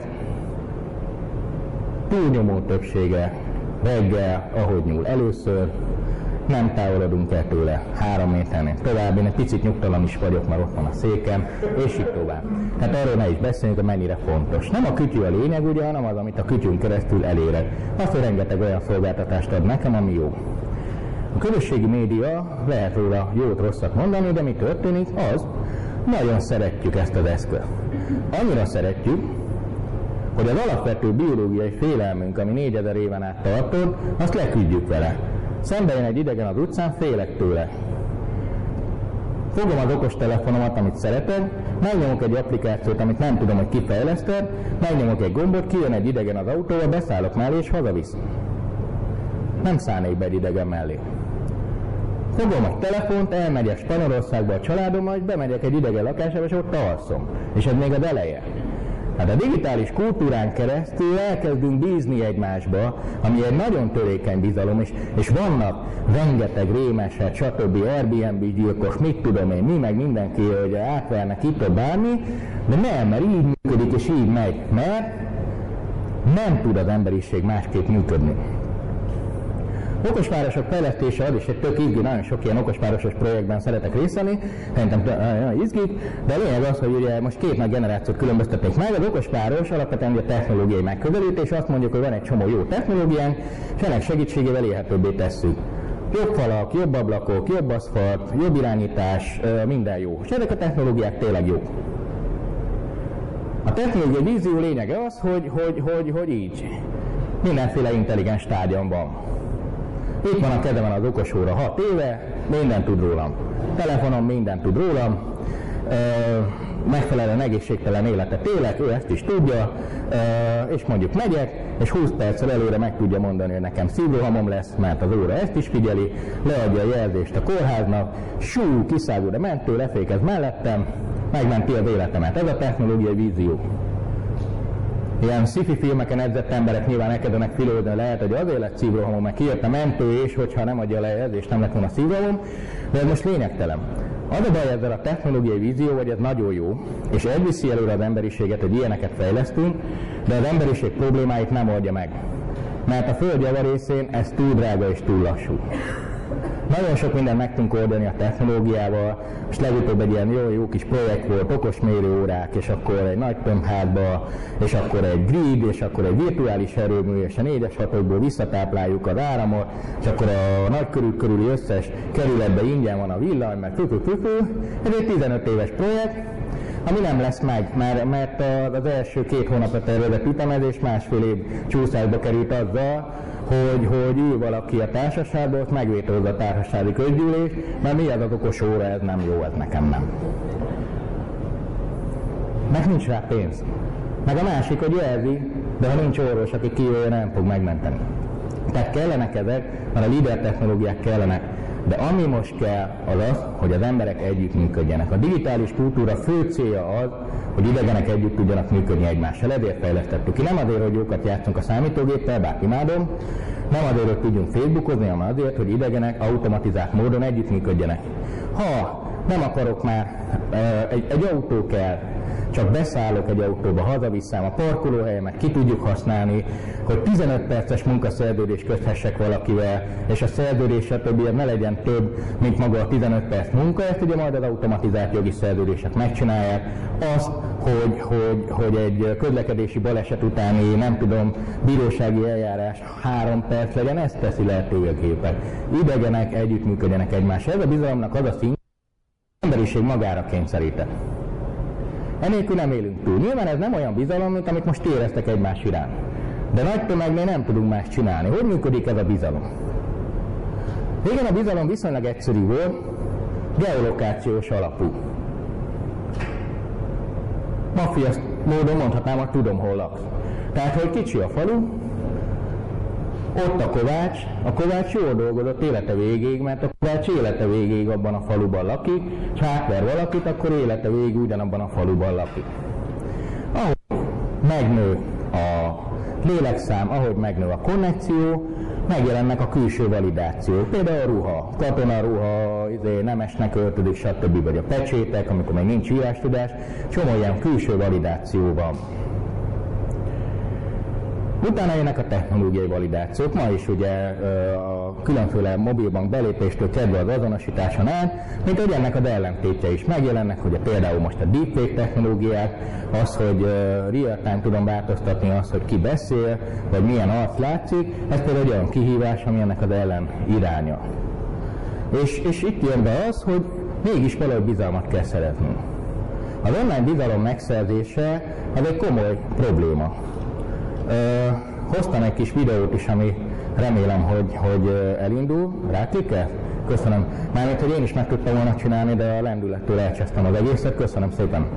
túlnyomó többsége reggel, ahogy nyúl először, nem távolodunk el tőle 3 méternél tovább, én egy picit nyugtalan is vagyok, mert ott van a székem, és így tovább. Tehát arról ne is beszéljünk, hogy mennyire fontos. Nem a kütyű a lényeg ugye, hanem az, amit a kütyűn keresztül elérek. Azt, hogy rengeteg olyan szolgáltatást ad nekem, ami jó. A közösségi média, lehet róla jót-rosszat mondani, de mi történik? Az, nagyon szeretjük ezt az eszközt. Annyira szeretjük, hogy az alapvető biológiai félelmünk, ami 4000 éven át tartott, azt leküzdjük vele. Szembe jön egy idegen az utcán, félek tőle. Fogom az okostelefonomat, amit szeretek, megnyomok egy applikációt, amit nem tudom, hogy kifejleszted, megnyomok egy gombot, kijön egy idegen az autóba, beszállok mellé és hazavisz. Nem szállnék be egy idegen mellé. Fogom a telefont, elmegyek Spanyolországba a családommal, és bemegyek egy idegen lakásába, és ott alszom. És ez még az eleje. Hát a digitális kultúrán keresztül elkezdünk bízni egymásba, ami egy nagyon törékeny bizalom, és vannak rengeteg rémeset, stb. Airbnb gyilkos, mit tudom én, mi meg mindenki, hogy átvernek itt bármi, de nem, mert így működik és így megy, mert nem tud az emberiség másképp működni. Okosvárosok fejlesztése az is egy tök izgi, nagyon sok ilyen okosvárosos projektben szeretek részt venni, szerintem nagyon izgik, de a lényeg az, hogy ugye most 2 nagy generációt különböztetnék meg, az okosváros alapvetően a technológiai megközelítés, azt mondjuk, hogy van egy csomó jó technológiánk, és ennek segítségével élhetőbbé tesszük. Jobb falak, jobb ablakok, jobb aszfalt, jobb irányítás, minden jó. És ezek a technológiák tényleg jók. A technológiai vízió lényege az, hogy így mindenféle intelligens tárgyam van. Itt van a kezemen az okosóra 6 éve, mindent tud rólam. Telefonon mindent tud rólam, megfelelően egészségtelen életet élek, ő ezt is tudja, és mondjuk megyek, és 20 perccel előre meg tudja mondani, hogy nekem szívrohamom lesz, mert az óra ezt is figyeli, leadja a jelzést a kórháznak, kiszágul a mentő, lefékez mellettem, megmenti az életemet. Ez a technológiai vízió. Ilyen sci-fi filmeken edzett emberek nyilván elkezdenek filózni, lehet, hogy azért lett szívrohamom, meg kijött a mentő, és hogyha nem adja le jelzést, nem lett volna szívrohamom, de ez most lényegtelen. Az a baj ezzel a technológiai vízió, hogy ez nagyon jó, és elviszi előre az emberiséget, hogy ilyeneket fejlesztünk, de az emberiség problémáit nem oldja meg. Mert a Föld javarészén ez túl drága és túl lassú. Nagyon sok mindent meg tudunk oldani a technológiával, és legutóbb egy ilyen jó kis projekt volt, okos mérőórák, és akkor egy nagy tömbházba, és akkor egy grid, és akkor egy virtuális erőmű, és a 4-es 6-okból visszatápláljuk az áramot, és akkor a nagy körüli összes kerületben ingyen van a villany, meg ez egy 15 éves projekt, ami nem lesz meg, mert az első 2 hónapra tervezett ütemezés másfél év csúszásba került azzal, hogy ül valaki a társaságban, ott megvétózza a társasági közgyűlés, mert mi az okos óra, ez nem jó, ez nekem nem. Meg nincs rá pénz. Meg a másik, hogy jelzi, de ha nincs orvos, aki kijöjjön, nem fog megmenteni. Tehát kellenek ezek, mert a líder technológiák kellenek, de ami most kell az, hogy az emberek együttműködjenek. A digitális kultúra fő célja az, hogy idegenek együtt tudjanak működni egymással. Ezért fejlesztettük ki. Nem azért, hogy jókat játszunk a számítógéppel, bár imádom, nem azért, hogy tudjunk Facebookozni, hanem azért, hogy idegenek automatizált módon együttműködjenek. Ha nem akarok már, egy autó kell, csak beszállok egy autóba, hazaviszem a parkolóhelyemet, ki tudjuk használni, hogy 15 perces munkaszerződést köthessek valakivel, és a szerződés többi ne legyen több, mint maga a 15 perc munka, ezt ugye majd az automatizált jogi szerződések megcsinálják. Azt, hogy egy közlekedési baleset utáni, nem tudom, bírósági eljárás 3 perc legyen, ezt teszi lehetővé a gépek. Idegenek együttműködjenek egymással. Ez a bizalomnak az a szint, az emberiség magára kényszerített. Enélkül nem élünk túl. Nyilván ez nem olyan bizalom, mint amit most éreztek egymás iránt. De nagy tömegnél nem tudunk más csinálni. Hogy működik ez a bizalom? Régen a bizalom viszonylag egyszerű volt, geolokációs alapú. Maffia módon mondhatnám, hogy tudom, hol laksz. Tehát, hogy kicsi a falu, ott a Kovács jól dolgozott élete végéig, mert a Kovács élete végéig abban a faluban lakik, és ha átver valakit, akkor élete végéig ugyanabban a faluban lakik. Ahogy megnő a lélekszám, ahogy megnő a konnekció, megjelennek a külső validációk. Például a ruha, katonaruha, nemesnek öltödik, stb. Vagy a pecsétek, amikor még nincs írástudás, csomó ilyen külső validáció van. Utána jönnek a technológiai validációk, ma is ugye a különféle mobilbank belépéstől kezdve az azonosításon át, mint hogy ennek az ellentétje is megjelennek, hogy például most a deepfake technológiák, az, hogy real-time tudom változtatni azt, hogy ki beszél, vagy milyen arc látszik, ez például egy olyan kihívás, ami ennek az ellen iránya. És itt jön be az, hogy mégis valahogy bizalmat kell szereznünk. Az online bizalom megszerzése az egy komoly probléma. Hoztam egy kis videót is, ami remélem, hogy elindul. Ráklikkel? Köszönöm. Mármint, hogy én is meg tudtam volna csinálni, de a lendülettől elcsesztem az egészet. Köszönöm szépen.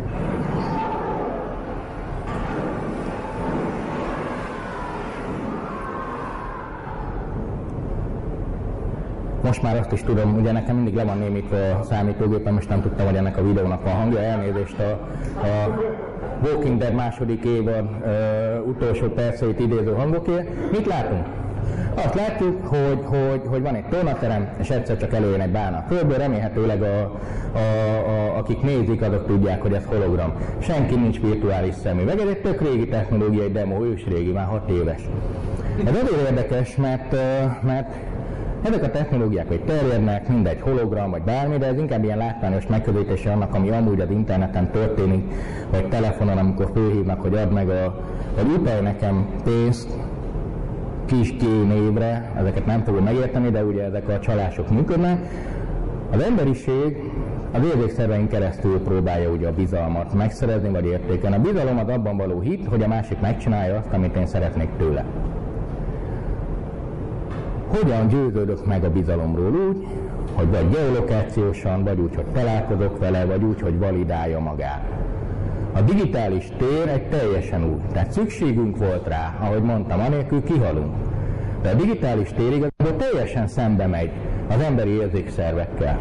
Most már azt is tudom, ugye nekem mindig le van némítva a számítógépem, és nem tudtam, hogy ennek a videónak van hangja. Elnézést a Walking Dead második évad utolsó perceit idéző hangokért. Mit látunk? Azt látjuk, hogy van egy tornaterem, és egyszer csak előjön egy bálna a földből, remélhetőleg akik nézik, azok tudják, hogy ez hologram. Senki nincs virtuális szemüveg, ez egy tök régi technológiai demo, ősrégi, már 6 éves. Ez azért érdekes, mert ezek a technológiák, hogy terjednek, mindegy hologram, vagy bármi, de ez inkább ilyen látványos megközelítése annak, ami amúgy az interneten történik, vagy telefonon, amikor fölhívnak, hogy add meg, vagy utalj nekem pénzt, kis G névre, ezeket nem fogom megérteni, de ugye ezek a csalások működnek. Az emberiség az érzékszervein keresztül próbálja ugye a bizalmat megszerezni, vagy értékelni. A bizalom az abban való hit, hogy a másik megcsinálja azt, amit én szeretnék tőle. hogyan győződök meg a bizalomról úgy, hogy vagy geolokációsan, vagy úgy, hogy találkozok vele, vagy úgy, hogy validálja magát. A digitális tér egy teljesen új, tehát szükségünk volt rá, ahogy mondtam, anélkül kihalunk. De a digitális tér igazából teljesen szembe megy az emberi érzékszervekkel.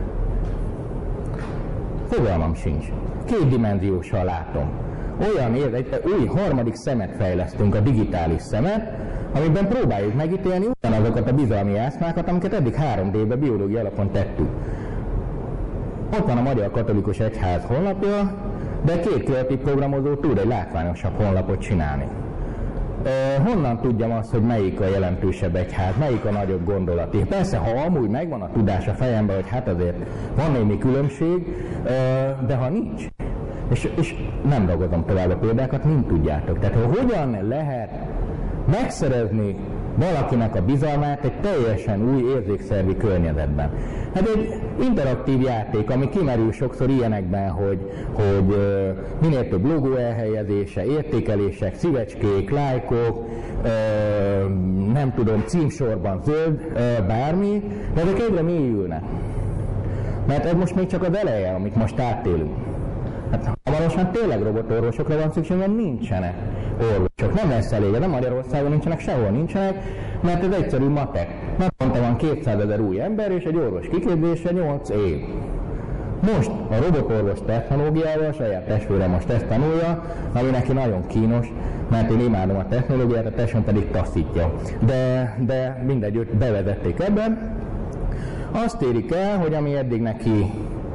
Fogalmam sincs. Kétdimenziósan látom. Egy új harmadik szemet fejlesztünk, a digitális szemet, amiben próbáljuk megítélni ugyanazokat a bizalmi játszmákat, amiket eddig 3D-be biológia alapon tettük. Ott van a Magyar Katolikus Egyház honlapja, de két kreatív programozó tud egy látványosabb honlapot csinálni. Honnan tudjam azt, hogy melyik a jelentősebb egyház, melyik a nagyobb gondolati? Persze, ha amúgy megvan a tudás a fejemben, hogy hát azért van némi különbség, de ha nincs, és nem ragadom tovább a példákat, mint tudjátok. Tehát hogyan lehet megszerezni valakinek a bizalmát egy teljesen új érzékszervi környezetben. Hát egy interaktív játék, ami kimerül sokszor ilyenekben, hogy minél több logó elhelyezése, értékelések, szívecskék, lájkok, nem tudom, címsorban zöld, bármi, de ezek egyre mélyülnek. Mert ez most még csak az eleje, amit most átélünk. Hát hamarosan tényleg robotorvosokra van szükség, mert nincsenek orvosok. Nem lesz elég, de Magyarországon nincsenek, sehol nincsenek, mert ez egyszerű matek. Naponta van 200 000 új ember, és egy orvos kiképzése 8 év. Most a robotorvos technológiával, saját testvérem most ezt tanulja, ami neki nagyon kínos, mert én imádom a technológiát, a testvérem pedig taszítja. De mindegy, őt bevezették ebben. Azt érik el, hogy ami eddig neki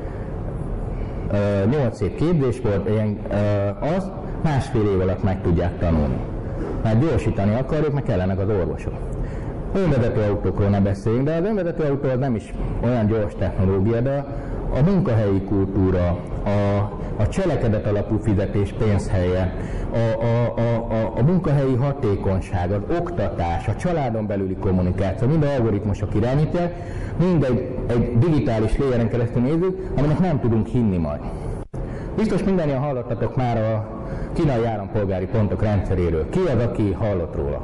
8 év képzés volt, azt másfél év alatt meg tudják tanulni. Mert gyorsítani akarjuk, meg kellenek az orvosok. Önvezető autókról ne beszéljünk, de az önvezető autó az nem is olyan gyors technológia, de a munkahelyi kultúra, a cselekedet alapú fizetés pénzhelye, a munkahelyi hatékonyság, az oktatás, a családon belüli kommunikáció, minden algoritmusok irányítják, mindegy egy digitális léjeren keresztül nézzük, aminek nem tudunk hinni majd. Biztos mindannyian hallottatok már a kínai állampolgári pontok rendszeréről. Ki az, aki hallott róla?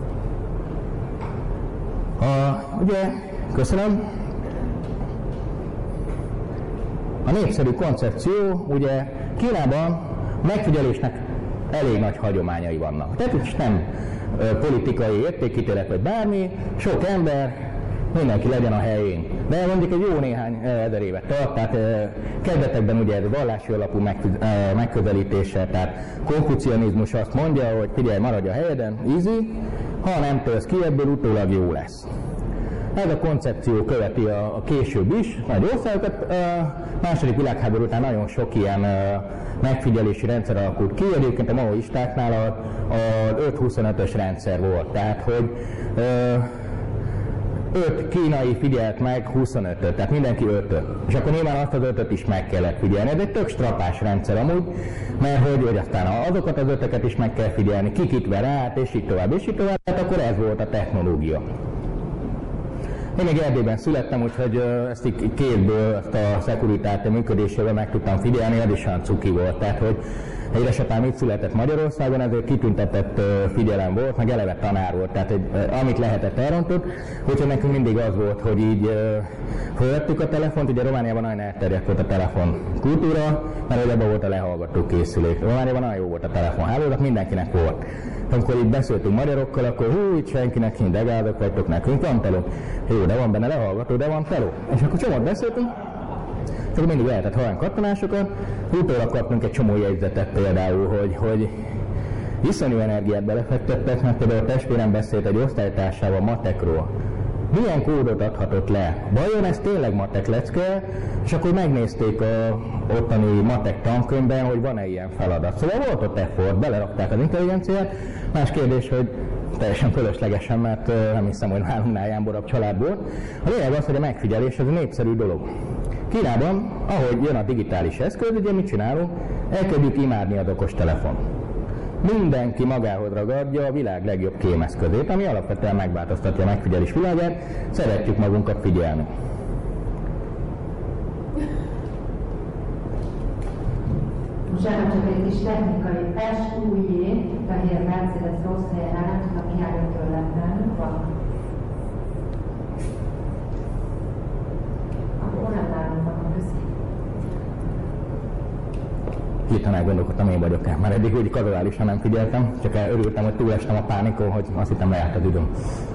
Ugye, köszönöm. A népszerű koncepció, ugye Kínában megfigyelésnek elég nagy hagyományai vannak. Tehát itt nem politikai értékítélet vagy bármi, sok ember, mindenki legyen a helyén. De mondjuk egy jó néhány ezer évet tart, tehát kezdetekben ugye ez vallási alapú megközelítése, tehát konfucianizmus azt mondja, hogy figyelj, maradj a helyeden, easy, ha nem törsz ki, ebből utólag jó lesz. Ez a koncepció követi a később is, nagy országokat. Második világháború után nagyon sok ilyen megfigyelési rendszer alakult ki, egyébként a maoistáknál az 5-25-ös rendszer volt, tehát hogy 5 kínai figyelt meg 25-öt, tehát mindenki 5-öt. És akkor nyilván azt az 5-öt is meg kellett figyelni. Ez egy tök strapás rendszer amúgy, mert hogy aztán azokat az 5-öket is meg kell figyelni, kikit ver át, és így tovább, tehát akkor ez volt a technológia. Én még Erdélyben születtem, úgyhogy ezt így kétből, ezt a Securitate működésével meg tudtam figyelni, ez is olyan cuki volt. Tehát, hogy édesapám itt született Magyarországon, ezért kitüntetett figyelem volt, meg eleve tanár volt, tehát amit lehetett elrontott, úgyhogy nekünk mindig az volt, hogy így fölvettük a telefont, ugye Romániában nagyon elterjedt volt a telefon kultúra, mert ebben volt a lehallgató készülék. Romániában nagyon jó volt a telefonhálózat, mindenkinek volt. Amikor így beszéltünk magyarokkal, akkor itt senkinek hinc, degádok vagytok, nekünk van teló. Jó, de van benne lehallgató, de van teló. És akkor csomót beszéltünk, és akkor mindig lehetett hallani kattanásokat. Utólag kaptunk egy csomó jegyzetet például, hogy iszonyú energiát belefektettek, mert például a testvérem beszélt egy osztálytársával matekról. Milyen kódot adhatott le? Vajon ez tényleg matek lecke? És akkor megnézték a ottani matek tankönyvben, hogy van-e ilyen feladat. Szóval volt ott effort, belerakták az intelligenciát. Más kérdés, hogy teljesen fölöslegesen, mert nem hiszem, hogy nálunknál jámborabb család volt. A lényeg az, hogy a megfigyelés ez egy népszerű dolog. Kínában, ahogy jön a digitális eszköz, ugye mit csinálunk? Elkezdjük imádni az okostelefon. Mindenki magához ragadja a világ legjobb kémeszközét, ami alapvetően megváltoztatja a megfigyelés világát, szeretjük magunkat figyelni. Bocsánat, csak egy kis technikai SUJ, fehér Mercedes rossz helyen áll, nem tudnak kiállni tőlem, van. hirtelen elgondolkodtam, én vagyok-e. Már eddig úgy kazuálisan nem figyeltem, csak örültem, hogy túlestem a pánikon, hogy azt hittem lejárt az időm.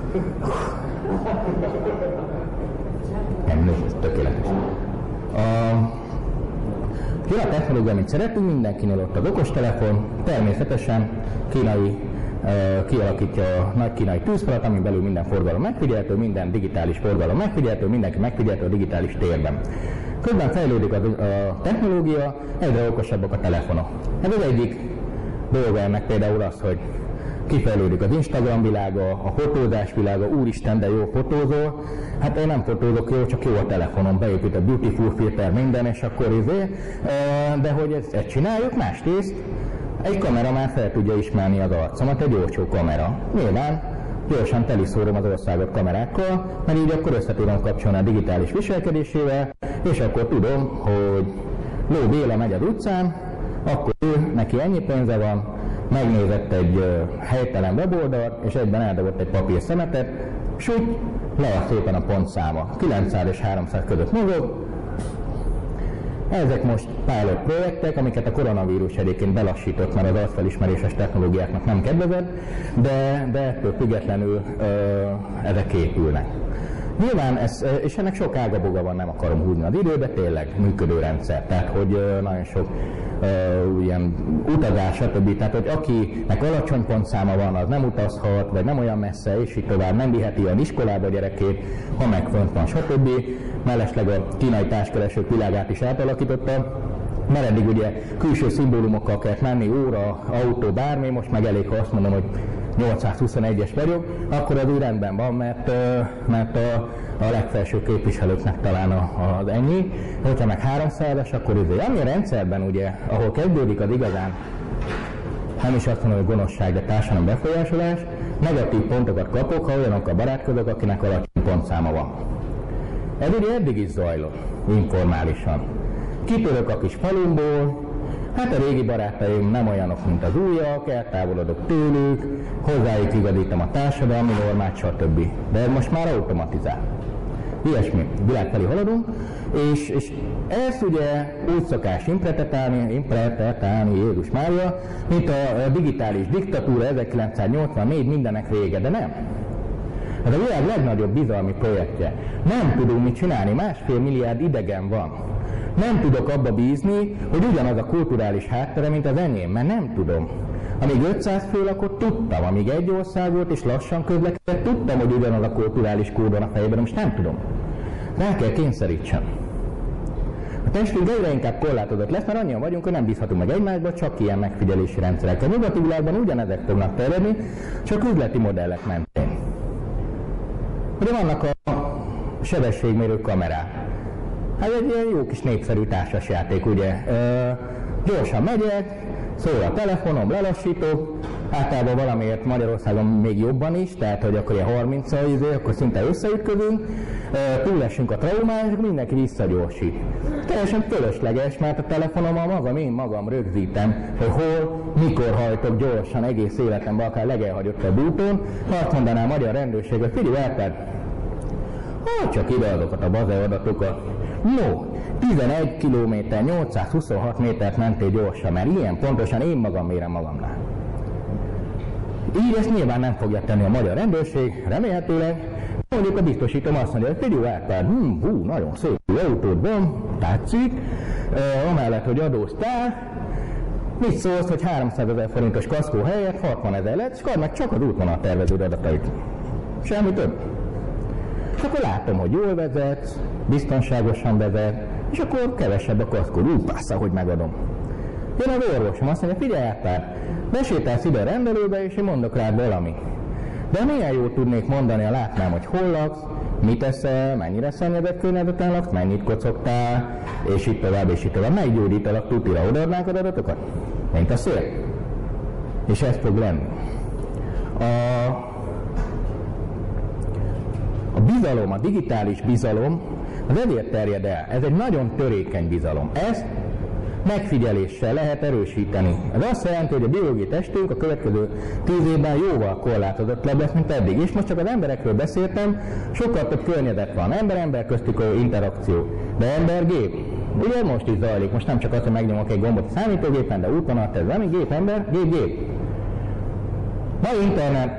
Nem, ez tökéletes. Jön a technológia, amit szeretünk, mindenkinél ott az okostelefon, természetesen kínai kialakítja a nagy kínai tűzfalat, amin belül minden forgalom megfigyelhető, minden digitális forgalom megfigyelhető, mindenki megfigyelhető a digitális térben. Közben fejlődik a technológia, egyre okosabbak a telefonok. Ez az egyik dolga ennek például az, hogy kifejlődik az Instagram világa, a fotózás világa, úristen, de jó fotózol. Hát én nem fotózok jó, csak jó a telefonon, beépít a beautiful filter minden, és akkor de hogy ezt csináljuk, másrészt egy kamera már fel tudja ismerni az arcomat, egy olcsó kamera. Nyilván gyorsan teliszórom az országot kamerákkal, mert így akkor össze tudom kapcsolni a digitális viselkedésével, és akkor tudom, hogy Ló Béla megy az utcán, akkor neki ennyi pénze van, megnézett egy helytelen weboldalt, és egyben eldobott egy papír szemetet, s úgy le szépen a pontszáma. 900 és 300 között mozog. Ezek most pilot projektek, amiket a koronavírus egyébként belassított, mert az arcfelismeréses technológiáknak nem kedvezett, de ettől függetlenül ezek épülnek. Nyilván, és ennek sok ágaboga van, nem akarom húzni az időbe, tényleg működő rendszer, tehát hogy nagyon sok ilyen utazás, stb. Tehát, hogy akinek alacsony pontszáma van, az nem utazhat, vagy nem olyan messze, és így tovább nem viheti olyan iskolába a gyerekét, ha meg fönt van, stb. Mellesleg a kínai társkeresők világát is átalakította, mert eddig ugye külső szimbólumokkal kellett menni, óra, autó, bármi, most meg elég, ha azt mondom, hogy 821-es vagyok, akkor az úgy rendben van, mert a legfelső képviselőknek talán az ennyi. Hogyha meg 300-es, akkor ami a rendszerben ugye, ahol kezdődik az igazán, nem is azt mondom, hogy gonoszság, de társadalmi befolyásolás, negatív pontokat kapok, ha olyanokkal barátkozok, akinek alacsony pontszáma van. Ez ugye eddig is zajlott, informálisan. Kitörök a kis falumból, hát a régi barátaim nem olyanok, mint az újak, eltávolodok tőlük, hozzájuk igazítom a társadalmi normát, stb. De ez most már automatizál. Ilyesmi, világ felé haladunk, és ezt ugye úgy szokás implementálni, Jézus Mária, mint a digitális diktatúra 1984 mindenek vége, de nem. Ez a világ legnagyobb bizalmi projektje. Nem tudunk mit csinálni, 1,5 milliárd idegen van. Nem tudok abba bízni, hogy ugyanaz a kulturális háttere, mint az enyém, mert nem tudom. Amíg 500 fő lakott, tudtam, amíg egy ország volt és lassan közlekedett, tudtam, hogy ugyanaz a kulturális kód van a fejében, most nem tudom. Rá kell kényszerítsem. A testünk egyre inkább korlátozott lesz, mert annyian vagyunk, hogy nem bízhatunk meg egymásba, csak ilyen megfigyelési rendszerekkel. A nyugati világban ugyanezek fognak terjedni, csak üzleti modellek mentén. Ugye vannak a sebességmérő kamerák. Hát egy ilyen jó kis népszerű társasjáték, ugye. Gyorsan megyek, szól a telefonom, lelassítok, általában valamiért Magyarországon még jobban is, tehát hogy akkor ilyen 30-al, akkor szinte összeütközünk, túlesünk a traumán, és mindenki visszagyorsít. Teljesen fölösleges, mert a telefonommal én magam rögzítem, hogy hol, mikor hajtok gyorsan egész életemben, akár legelhagyottabb úton, ha azt mondaná a magyar rendőrség, hogy figyelj, elped, csak ide azokat a baze adatokat. No, 11 km, 826 métert mentél gyorsan, mert ilyen pontosan én magam mérem magamnál. Így ezt nyilván nem fogja tenni a magyar rendőrség, remélhetőleg. Mondjuk a biztosítom azt mondja, hogy figyelj, Árpád, nagyon szép autód van, tetszik, amellett, hogy adóztál, mit szólsz, hogy 300 000 forintos kaszkó helyett 60 000 lett, és add meg csak az útvonal terveződ adatait. Semmi több. És akkor látom, hogy jól vezet, biztonságosan vezet, és akkor kevesebb a kaszkó. Passza, hogy megadom. Jön az orvosom, azt mondja, figyelj Árpád, besétálsz ide a rendelőbe, és én mondok rád valami. De milyen jót tudnék mondani, ha látnám, hogy hol laksz, mit eszel, mennyire szennyezett környezeten laksz, mennyit kocogtál, és itt tovább, és itt tovább. Meggyógyítalak tutira, odaadnánk az adatokat? Mint a szél. És ez fog lenni. A bizalom, a digitális bizalom, az ezért terjed el. Ez egy nagyon törékeny bizalom. Ezt megfigyeléssel lehet erősíteni. Ez azt jelenti, hogy a biológiai testünk a következő 10 évben jóval korlátozottabb lesz, mint eddig. És most csak az emberekről beszéltem, sokkal több környezet van. Ember-ember köztük interakció. De ember-gép. Ugye most is zajlik, most nem csak az, hogy megnyomok egy gombot a számítógépen, de útvonat, ez nem, gép, ember, gép. Mai internet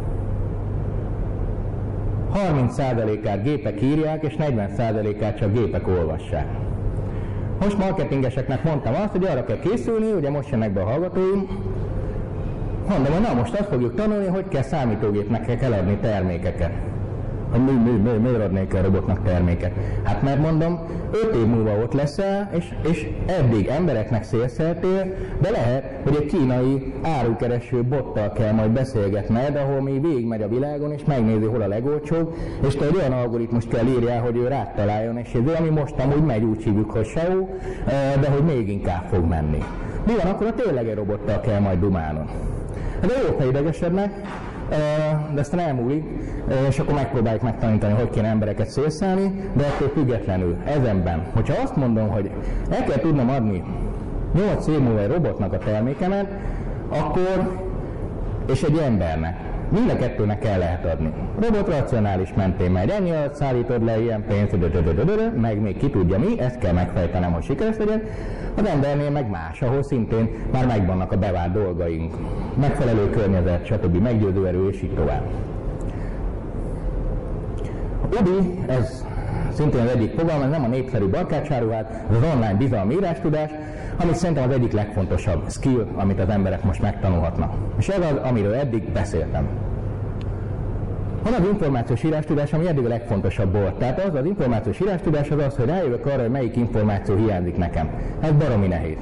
30%-át gépek írják, és 40%-át csak gépek olvassák. Most marketingeseknek mondtam azt, hogy arra kell készülni, ugye most jönnek be a hallgatóim, mondom, hogy na most azt fogjuk tanulni, hogy kell számítógépnek kell adni termékeket. Miért adnék a robotnak terméket? Hát mert mondom, 5 év múlva ott leszel, és eddig embereknek szélszeltél, de lehet, hogy egy kínai árukereső bottal kell majd beszélgetned, ahol még végigmegy a világon, és megnézi, hol a legolcsóbb, és te egy olyan algoritmust kell írjál, hogy ő rád találjon, és ez ami most amúgy megy, úgy hívjuk, hogy SEO, de hogy még inkább fog menni. Mi van, akkor a tényleg egy robottal kell majd dumálnod. De jók, ha idegesednek, de aztán elmúlik, és akkor megpróbáljuk megtanítani, hogy kéne embereket szélszelni, de ettől függetlenül ezenben, hogyha azt mondom, hogy el kell tudnom adni 8 év múlva egy robotnak a termékemet, akkor, és egy embernek, mind a kettőnek el lehet adni. Robot racionális mentén megy, ennyi alatt szállítod le ilyen pénzt, meg még ki tudja mi, ezt kell megfejtenem, hogy sikeres legyen. Az embernél meg más, ahol szintén már megvannak a bevált dolgaink. Megfelelő környezet, stb. Meggyőző erő, és így tovább. UBI, ez szintén az egyik fogalom, ez nem a népszerű barkácsáruhát, ez az online bizalmi írástudás, amit szerintem az egyik legfontosabb skill, amit az emberek most megtanulhatnak. És ez az, amiről eddig beszéltem. Van az információs írástudás, ami eddig a legfontosabb volt. Tehát az információs írástudás az az, hogy rájövök arra, hogy melyik információ hiányzik nekem. Ez baromi nehéz.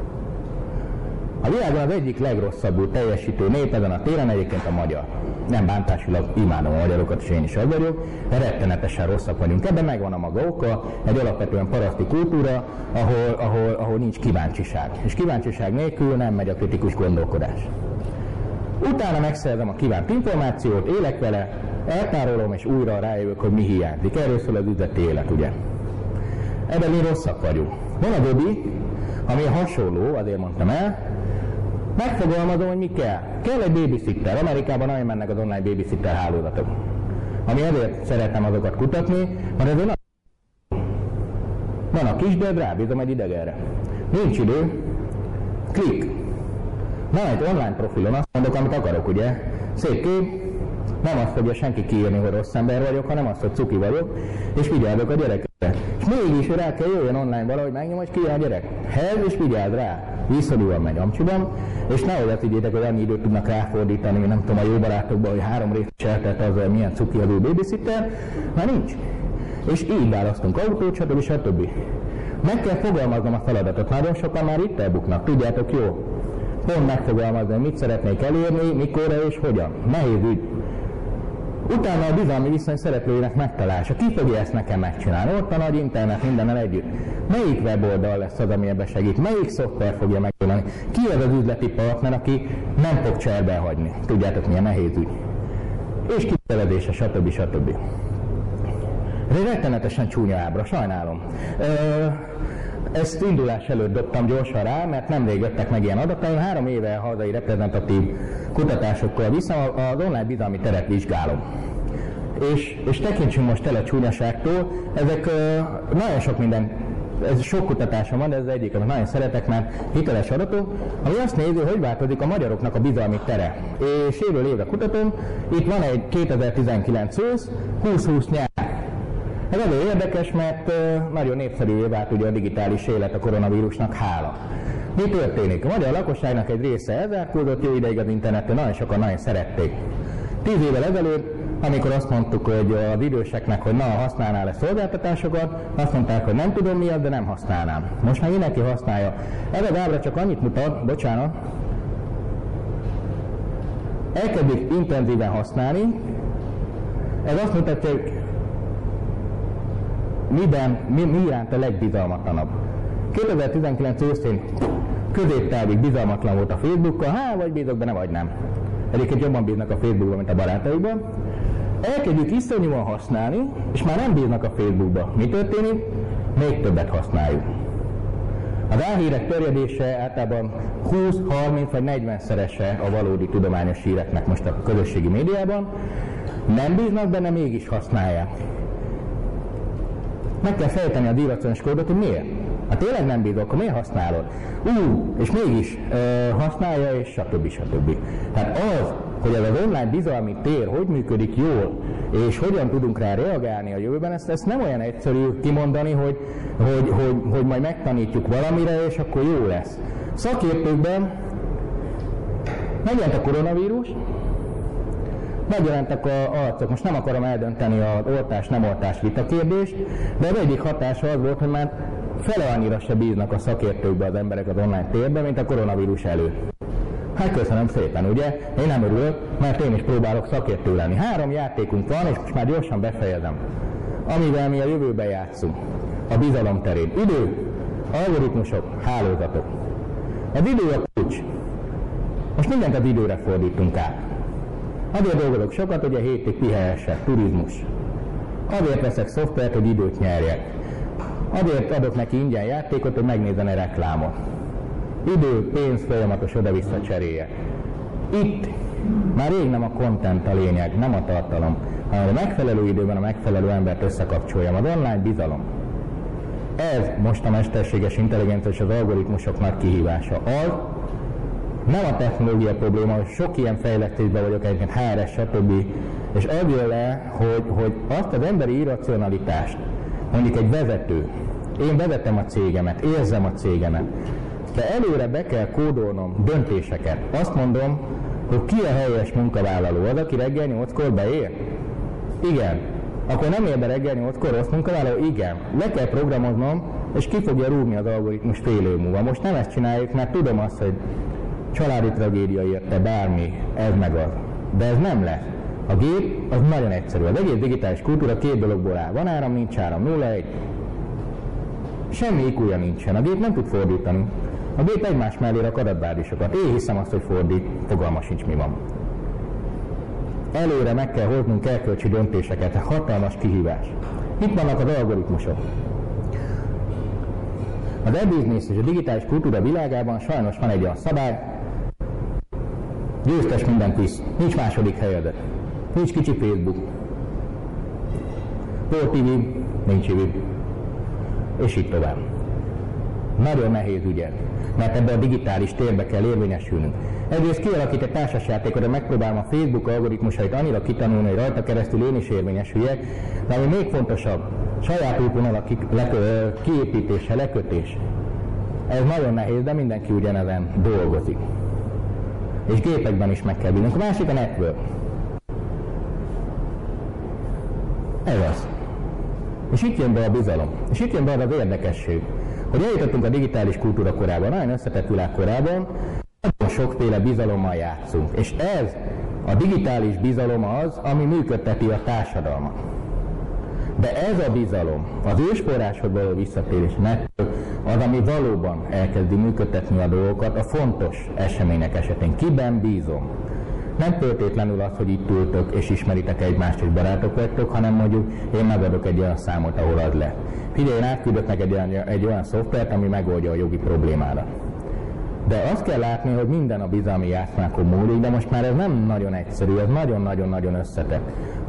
A világon az egyik legrosszabbul teljesítő nép ezen a téren egyébként a magyar. Nem bántásilag, imádom a magyarokat, és én is az vagyok, de rettenetesen rosszak vagyunk. Ebben megvan a maga oka, egy alapvetően paraszti kultúra, ahol nincs kíváncsiság. És kíváncsiság nélkül nem megy a kritikus gondolkodás. Utána megszerzem a kívánt információt, élek vele, eltárolom, és újra rájövök, hogy mi hiányzik. Erről szól az üzleti élet, ugye? Ebben mi rosszak vagyunk. Van a UBI, ami hasonló, azért mondtam el, megfogalmazom, hogy mi kell. Kell egy babysitter. Amerikában nagyon mennek az online babysitter hálózatok. Ami ezért szeretem azokat kutatni, mert ez egy van a kisbőr, rábízom egy idegenre. Nincs idő, klik. Van egy online profilon, azt mondok, amit akarok, ugye? Szép kép, nem azt fogja senki kiírni, hogy rossz ember vagyok, hanem azt, hogy cuki vagyok, és vigyázok a gyerekre. És mégis rá kell jöjjön online valahogy megnyom, hogy ki a gyerek. Hez, és vigyázz rá. Visszadúan megy amcsiban, és nehogy azt higgyétek, hogy annyi időt tudnak ráfordítani, mint nem tudom, a jó barátokban, hogy 3 részt cseltett azzal, milyen cuki az ő babysitter, már nincs. És így választunk autót, stb. Meg kell fogalmaznom a feladatot. Nagyon sokan már itt elbuknak, tudjátok jó? Pont megfogalmazni, mit szeretnék elérni, mikorra és hogyan. Nehéz ügy. Utána a bizalmi viszony szereplőinek megtalálása. Ki fogja ezt nekem megcsinálni? Ott a nagy internet mindennel együtt. Melyik weboldal lesz az, ami ebbe segít? Melyik szoftver fogja megoldani? Ki az az üzleti partner, aki nem fog cserben hagyni? Tudjátok, milyen nehéz ügy. És kiteledése, stb. Ez egy rettenetesen csúnya ábra, sajnálom. Ezt indulás előtt dobtam gyorsan rá, mert nemrég jöttek meg ilyen adataim. 3 éve hazai reprezentatív kutatásokkal vissza az online bizalmi teret vizsgálom. És tekintsünk most el a csúnyaságtól, ezek nagyon sok minden, ez sok kutatásom van, de ez az egyik, amit nagyon szeretek, mert hiteles adatok, ami azt nézi, hogy változik a magyaroknak a bizalmi tere. És évről évre kutatom, itt van egy 2019 ősz, 2020 nyár. Ez azért érdekes, mert nagyon népszerűvé vált ugye a digitális élet a koronavírusnak hála. Mi történik? A magyar lakosságnak egy része elzárkózott, jó ideig az interneten, nagyon sokan nagyon szerették. 10 évvel ezelőtt, amikor azt mondtuk, hogy az időseknek, hogy na, használnál-e szolgáltatásokat, azt mondták, hogy nem tudom mi az, de nem használnám. Most már mindenki használja. Ez az ábra csak annyit mutat, bocsánat, elkezdik intenzíven használni, ez azt mutatja, hogy mi iránt a legbizalmatlanabb. 2019 őszén középtávig bizalmatlan volt a Facebookkal, vagy bízok benne, vagy nem. Egyébként jobban bíznak a Facebookban, mint a barátaikban. Elkezdjük iszonyúan használni, és már nem bíznak a Facebookba. Mi történik? Még többet használjuk. Az álhírek terjedése általában 20, 30 vagy 40-szerese a valódi tudományos híreknek most a közösségi médiában. Nem bíznak benne, mégis használják. Meg kell fejteni a irracionális kódot, hogy miért. Ha tényleg nem bízol, akkor miért használod? És mégis használja, és stb. Tehát az, hogy ez az online bizalmi tér hogy működik jól, és hogyan tudunk rá reagálni a jövőben, ezt nem olyan egyszerű kimondani, hogy majd megtanítjuk valamire, és akkor jó lesz. Szakértőkben megjelent a koronavírus, megjelentek az arcok, most nem akarom eldönteni az oltás-nem oltás vitakérdést, de az egyik hatása az volt, hogy már fele annyira se bíznak a szakértőkbe az emberek az online térben, mint a koronavírus előtt. Hát köszönöm szépen, ugye? Én nem örülök, mert én is próbálok szakértő lenni. 3 játékunk van, és most már gyorsan befejezem. Amivel mi a jövőben játszunk. A bizalom terén. Idő, algoritmusok, hálózatok. Az idő a kulcs. Most mindent az időre fordítunk át. Azért dolgozok sokat, hogy a hétig pihehessek, turizmus. Azért veszek szoftvert, hogy időt nyerjek. Azért adok neki ingyen játékot, hogy megnézzen a reklámot. Idő, pénz, folyamatos oda-vissza cseréje. Itt már rég nem a content a lényeg, nem a tartalom, hanem a megfelelő időben a megfelelő embert összekapcsoljam. Az online bizalom. Ez most a mesterséges intelligencia és az algoritmusok nagy kihívása. Az nem a technológia probléma, hogy sok ilyen fejlesztésben vagyok, egyébként HRS, stb. És az jön le, hogy azt az emberi irracionalitást, mondjuk egy vezető, én vezetem a cégemet, érzem a cégemet, de előre be kell kódolnom döntéseket. Azt mondom, hogy ki a helyes munkavállaló, az, aki reggel 8-kor beér? Igen. Akkor nem ér be reggel 8-kor rossz munkavállaló? Igen. Le kell programoznom, és ki fogja rúgni az algoritmus fél év múlva. Most nem ezt csináljuk, mert tudom azt, hogy családi tragédia érte, bármi, ez meg az. De ez nem lesz. A gép az nagyon egyszerű. Az egész digitális kultúra 2 dologból áll. Van áram, nincs áram, 0-1. Semmi IQ-ja nincsen. A gép nem tud fordítani. A gép egymás mellé rak adatbázisokat. Én hiszem azt, hogy fordít, fogalma sincs mi van. Előre meg kell hoznunk erkölcsi döntéseket, hatalmas kihívás. Itt vannak az algoritmusok. Az e-business és a digitális kultúra világában sajnos van egy olyan szabály, győztes mindent visz, nincs második helyezett, nincs kicsi Facebook, Sport TV, nincs TV, és így tovább. Nagyon nehéz ügyet, mert ebbe a digitális térbe kell érvényesülnünk. Egyrészt kialakít egy társasjátékot, de megpróbálom a Facebook algoritmusait annyira kitanulni, hogy rajta keresztül én is érvényesüljek, de ami még fontosabb, saját útvonalak kiépítése, lekötés. Ez nagyon nehéz, de mindenki ugyanezen dolgozik. És gépekben is meg kell bíznunk. A másik a network. Ez az. És itt jön be a bizalom. És itt jön be az érdekesség, hogy eljutottunk a digitális kultúra korában, nagyon összetett világ korában, nagyon sokféle bizalommal játszunk. És ez, a digitális bizalom az, ami működteti a társadalmat. De ez a bizalom, az ősforráshoz való visszatérés, az, ami valóban elkezdi működtetni a dolgokat, a fontos események esetén. Kiben bízom? Nem feltétlenül az, hogy itt ültök és ismeritek egymást és barátok vagytok, hanem mondjuk én megadok egy olyan számot, ahol az lett. Figyelj, én átküldök meg egy olyan szoftvert, ami megoldja a jogi problémára. De azt kell látni, hogy minden a bizalmi játszmákon múlik, de most már ez nem nagyon egyszerű, ez nagyon-nagyon-nagyon összetett.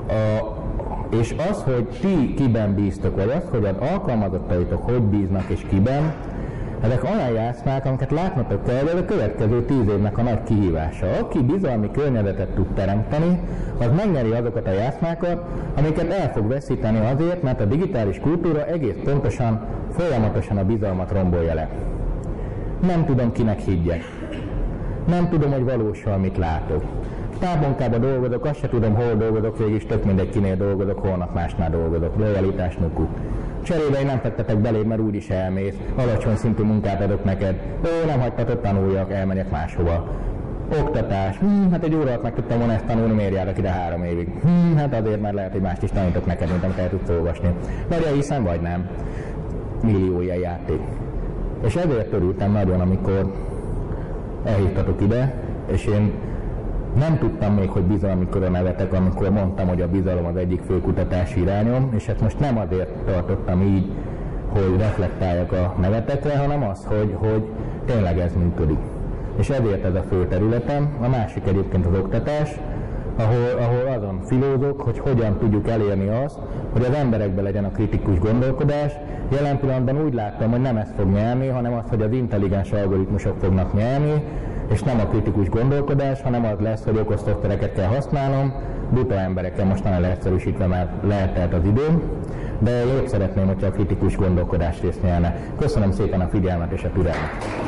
És az, hogy ti kiben bíztok, vagy az, hogy az alkalmazottaitok hogy bíznak és kiben, ezek olyan játszmák, amiket látnotok kell, de a következő 10 évnek a nagy kihívása. Aki bizalmi környezetet tud teremteni, az megnyeri azokat a játszmákat, amiket el fog veszíteni azért, mert a digitális kultúra egész pontosan, folyamatosan a bizalmat rombolja le. Nem tudom, kinek higgyek. Nem tudom, hogy valósul, mit látok. Távmunkában dolgozok, azt se tudom, hol dolgozok, végig tök mindegy, kinél dolgozok, holnap másnál dolgozok. Lojalitás nukuk. Cserébe én nem fektetek belé, mert úgyis elmész. Alacsony szintű munkát adok neked. Nem hagyhatod, tanuljak, elmegyek máshova. Oktatás. Hát egy óra alatt meg tudtam volna ezt tanulni, miért járok ide 3 évig? Hát azért, mert lehet, hogy mást is tanítok neked, mint amit el tudsz olvasni. Vagy elhiszem, vagy nem. Millió ilyen játék. És ezért örültem nagyon, amikor elhívtatok ide, és én nem tudtam még, hogy bizalmi körön nevetek, amikor mondtam, hogy a bizalom az egyik fő kutatási irányom, és ezt most nem azért tartottam így, hogy reflektáljak a nevetekre, hanem az, hogy tényleg ez működik. És ezért ez a fő területem. A másik egyébként az oktatás, ahol azon filózok, hogy hogyan tudjuk elérni azt, hogy az emberekben legyen a kritikus gondolkodás. Jelen pillanatban úgy láttam, hogy nem ez fog nyerni, hanem az, hogy az intelligens algoritmusok fognak nyerni, és nem a kritikus gondolkodás, hanem az lesz, hogy okos szoftvereket kell használnom, buta emberekkel most nagyon leegyszerűsítve már lehetett az időm, de én szeretném, hogyha a kritikus gondolkodás részt nyerne. Köszönöm szépen a figyelmet és a türelmet.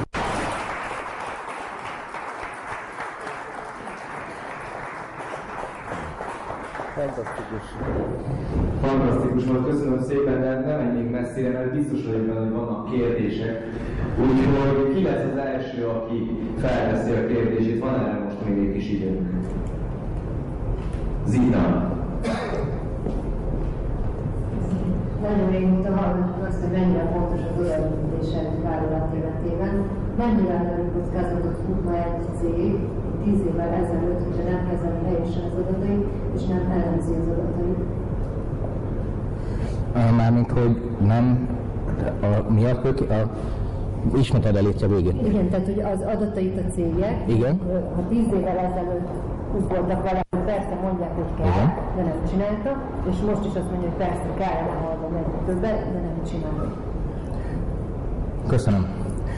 Fantasztikus volt, köszönöm szépen, de nem menjünk messzire, mert biztos vagyok benne, hogy vannak kérdések. Úgyhogy ki lesz az első, aki felteszi a kérdését? Van erre most még egy kis időnk? Zita. Nagyon régóta hallgatjuk azt, hogy mennyire fontos az olajépítése egy vállalat életében. Mennyire állami kockázatot fut ma egy cég 10 évvel ezelőtt, hogyha nem kezeli helyesen az adatait, és nem elemzi az adatait? Mármint, hogy nem, miatt, hogy ismétled el itt a végén. Igen, tehát hogy az adatait a cégek, igen. Ha 10 évvel ezelőtt ugortak vele, hogy persze mondják, hogy kell, igen, de nem csinálta, és most is azt mondja, hogy persze kellene hallani többet, de nem csinálta. Köszönöm.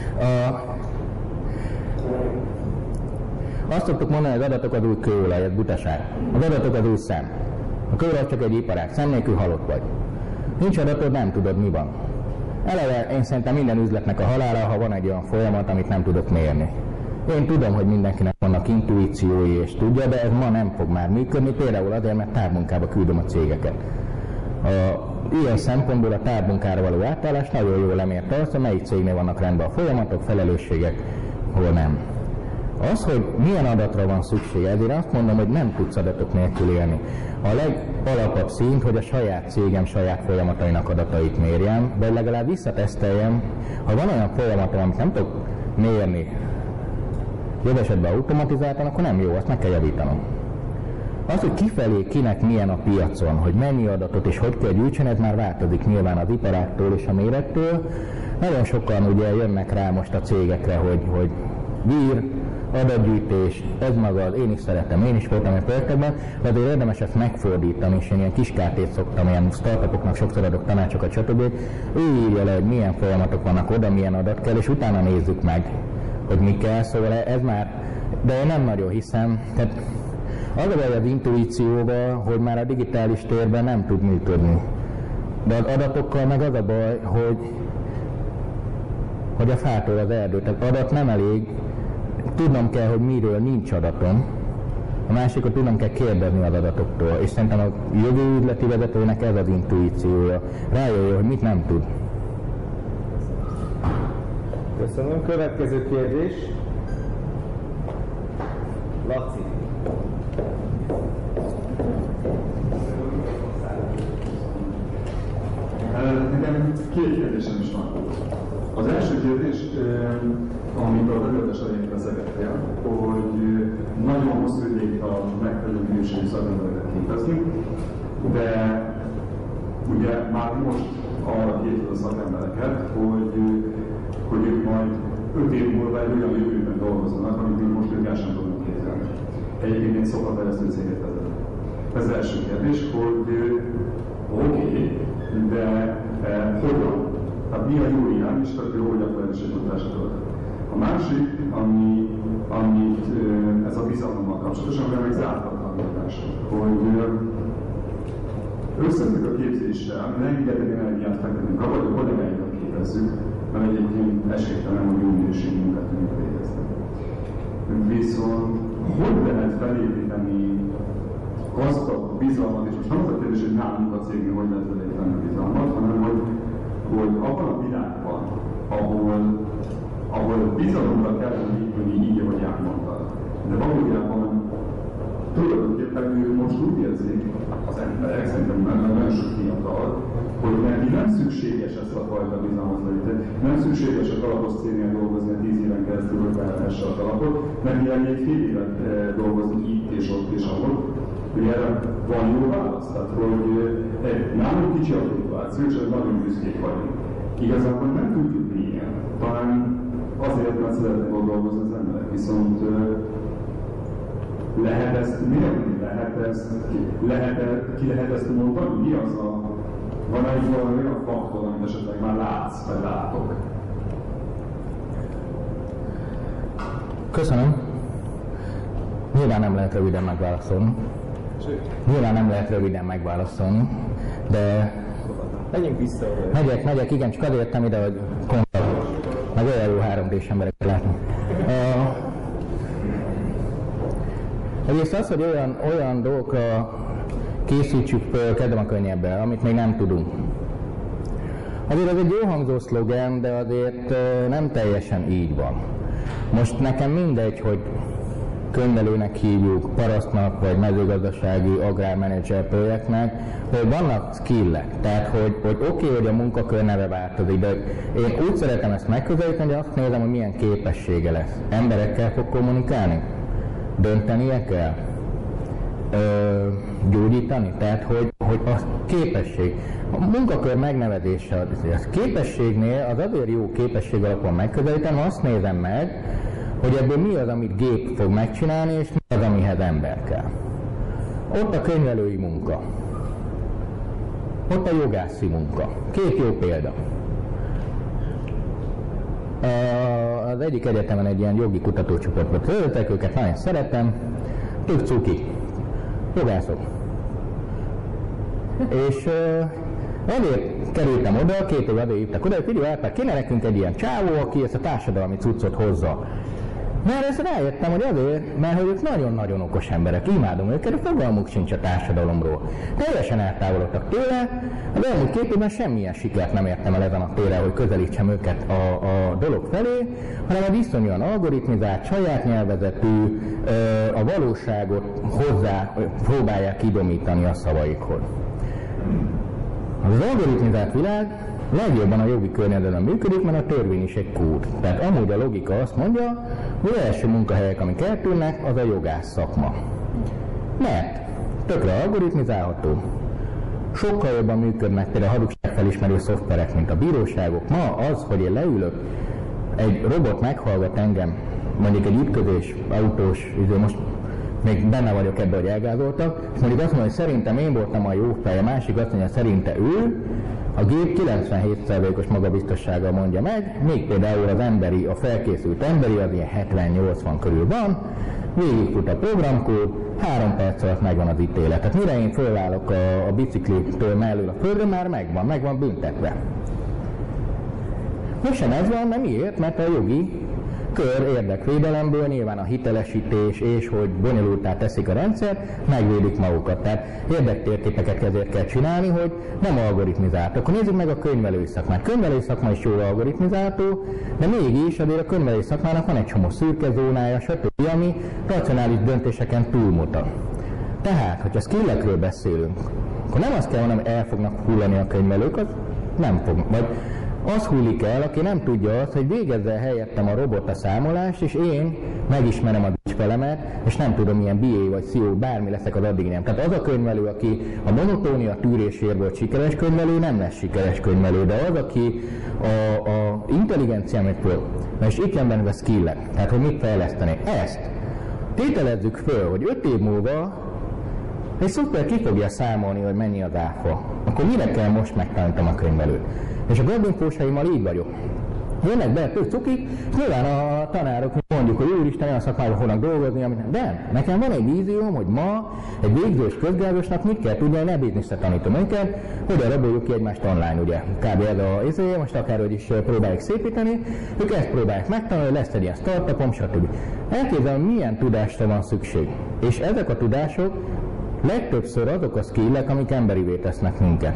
Azt szoktuk mondani, hogy az adatok az új kőolaj, ez butaság. Az adatok az új szem. A kőolaj csak egy iparág, szem nélkül halott vagy. Nincs adatod, nem tudod, mi van. Eleve én szerintem minden üzletnek a halála, ha van egy olyan folyamat, amit nem tudok mérni. Én tudom, hogy mindenkinek vannak intuíciói és tudja, de ez ma nem fog már működni, például azért, mert távmunkába küldöm a cégeket. Ilyen szempontból a távmunkára való átállás nagyon jól lemérte azt, hogy melyik cégnél vannak rendben a folyamatok, felelősségek, hol nem. Az, hogy milyen adatra van szüksége, ezért azt mondom, hogy nem tudsz adatok nélkül élni. A legalapabb szint, hogy a saját cégem saját folyamatainak adatait mérjem, de legalább visszateszteljem, ha van olyan folyamatom, amit nem tudok mérni, jobb esetben automatizáltan, akkor nem jó, azt meg kell javítanom. Az, hogy kifelé kinek milyen a piacon, hogy mennyi adatot és hogy kell gyűjtsön, ez már változik nyilván az iparáktól és a mérettől. Nagyon sokan ugye jönnek rá most a cégekre, hogy bír, adatgyűjtés, ez maga az, én is szeretem, én is voltam egy projektekben, de azért érdemes ezt megfordítani, és én ilyen kiskártét szoktam, ilyen startupoknak sokszor adok tanácsokat, stb. Ő írja le, hogy milyen folyamatok vannak oda, milyen adat kell, és utána nézzük meg, hogy mi kell, szóval ez már, de én nem nagyon hiszem, tehát az a baj az intuícióval, hogy már a digitális térben nem tud működni. De az adatokkal meg az a baj, hogy a fától az erdő, tehát adat nem elég, tudnom kell, hogy miről nincs adatom, a másikot tudnom kell kérdezni az adatoktól, és szerintem a jogi üzleti vezetőnek ez az intuíciója. Rájöjjön, hogy mit nem tud. Köszönöm. Következő kérdés. Laci. Nekem két kérdésem is van. Az első kérdés, amit az előadás elején veszegettél, hogy nagyon hosszú ideig a megfelelő minőségű szakembereket képezni, de ugye már most arra képzel a szakembereket, hogy ők majd 5 év múlva egy olyan jövőben dolgozzanak, amit még most ők el sem tudnak képzelni. Egyébként én szoftverfejlesztő céget vezetek. Ez az első kérdés, hogy oké, de hogyan? Tehát mi a jó irány, és tehát jó, hogy a felelősség tudásra töltött. A másik, amit ez a bizalommal kapcsolatos, amivel meg zártatlan megoldás, hogy összetek a képzéssel, rengeteg energiát fektetünk abba, hogy a kollégáinkat képezzük, mert egyébként esélytelen, hogy jó minőségű munkát tudjuk végezni. Viszont hogy lehet felépíteni azt a bizalmat, és most nem az a kérdés, hogy nálunk a cégnél hogy lehet felépíteni a bizalmat, hanem hogy abban a világban, ahol bizalomra kellene épülni így, ahogy elmondtad, de valójában tulajdonképpen ők most úgy érzik, az emberek, szerintem nagyon sok fiatal, hogy neki nem szükséges ezt a fajta bizalmat felépíteni, nem szükséges a kalapos cégnél dolgozni 10 éven keresztül, hogy beállhassa a kalapot, mert neki egy fél évet dolgozni itt és ott és ahol. Ugye erre van jó válasz, tehát hogy nálunk kicsi a fluktuáció, és nagyon büszkék vagyunk. Igazából nem tudjuk milyen, talán azért, mert szeretnék dolgozni az emberek, viszont lehet ezt mérni, ki lehet ezt mondani? Mi az van egy valami olyan faktor, amit esetleg már látsz, vagy látok? Köszönöm. Nyilván nem lehet röviden megválaszolni. De Menjünk vissza. megyek, igen, csak azért jöttem ide, hogy meg olyan jó 3D-s embereket látni. Egyrészt az, hogy olyan dolgokra készítsük föl, kedvem a könnyebbel, amit még nem tudunk. Azért ez egy jó hangzó szlogen, de azért nem teljesen így van. Most nekem mindegy, hogy könyvelőnek hívjuk, parasztnak, vagy mezőgazdasági agrármenedzser projektnek, hogy vannak skillek. Tehát, hogy oké, hogy a munkakör neve változik, de én úgy szeretem ezt megközelíteni, hogy azt nézem, hogy milyen képessége lesz. Emberekkel fog kommunikálni? Döntenie kell? Gyógyítani? Tehát, hogy a képesség. A munkakör megnevezése az képességnél az azért jó képesség alapon megközelíteni, azt nézem meg, hogy ebből mi az, amit gép fog megcsinálni, és mi az, amihez ember kell. Ott a könyvelői munka. Ott a jogászi munka. Két jó példa. Az egyik egyetemen egy ilyen jogi kutatócsoportba töltek, őket nagyon szeretem, tök cuki, jogászok. És azért kerültem oda, 2 év azért hívtak oda, hogy figyelj, kéne nekünk egy ilyen csávó, aki ezt a társadalmi cuccot hozza. Mert ezt rájöttem, hogy azért, mert hogy ők nagyon-nagyon okos emberek, imádom őket, a fogalmuk sincs a társadalomról. Teljesen eltávolodtak tőle, az elmúlt 2 évben semmilyen sikert nem értem el ezen a téren, hogy közelítsem őket a dolog felé, hanem egy iszonyúan algoritmizált, saját nyelvezetű, a valóságot hozzá próbálják idomítani a szavaikhoz. Az algoritmizált világ legjobban a jogi környezetben működik, mert a törvény is egy kód. Tehát amúgy a logika azt mondja, hogy az első munkahelyek, amik eltűnnek, az a jogász szakma. Mert tökre algoritmizálható, sokkal jobban működnek például a hazugságfelismerő szoftverek, mint a bíróságok. Ma az, hogy én leülök, egy robot meghallgat engem, mondjuk egy ütközés, autós, most még benne vagyok ebben, hogy elgázoltak, és mondjuk azt mondja, hogy szerintem én voltam a jó fej, a másik azt mondja, szerinte ő, a gép 97%-os magabiztossággal mondja meg, még például az emberi, a felkészült emberi az ilyen 70-80 körül van, végigfut a programkód, 3 perc alatt megvan az ítélet. Tehát mire én fölállok a biciklitől mellől a földre, már megvan büntetve. Most sem ez van, nem miért? Mert a jogi kör érdekvédelemből nyilván a hitelesítés és hogy bonyolultá teszik a rendszert, megvédik magukat. Tehát érdektérképeket ezért kell csinálni, hogy nem algoritmizált. Akkor nézzük meg a könyvelői szakmát. Könyvelői szakma is jól algoritmizáltó, de mégis azért a könyvelői szakmának van egy csomó szürke zónája, stb., ami racionális döntéseken túlmutat. Tehát, hogyha skillekről beszélünk, akkor nem azt kell mondanom, hogy el fognak hullani a könyvelők, az nem fognak. Vagy az hullik el, aki nem tudja azt, hogy végezze helyettem a robot a számolást, és én megismerem a dicsfelemet, és nem tudom, milyen BA vagy CEO, bármi leszek az addig nem. Tehát az a könyvelő, aki a monotónia tűrésért volt sikeres könyvelő, nem lesz sikeres könyvelő, de az, aki a intelligenciámat föl, és itt jön benne a skillek, tehát hogy mit fejleszteni. Ezt tételezzük föl, hogy 5 év múlva egy szuper ki fogja számolni, hogy mennyi az áfa. Akkor mire kell most megtanítom a könyvelőt? És a görbinfósaimmal így vagyok. Jönnek be tök cukik, és nyilván a tanárok mondjuk, hogy úristen, olyan szakmában fognak dolgozni, amit de nekem van egy vízióm, hogy ma egy végzős közgázosnak mit kell tudni, hogy ne business-re tanítom őket, hogyan raboljuk ki egymást online, ugye. Kb. Ez a most akárhogy is próbáljuk szépíteni, ők ezt próbálják megtanulni, lesz egy ilyen startupom, stb. Elképzelem, milyen tudásra van szükség. És ezek a tudások legtöbbször azok a skillek, amik emberivé tesznek minket.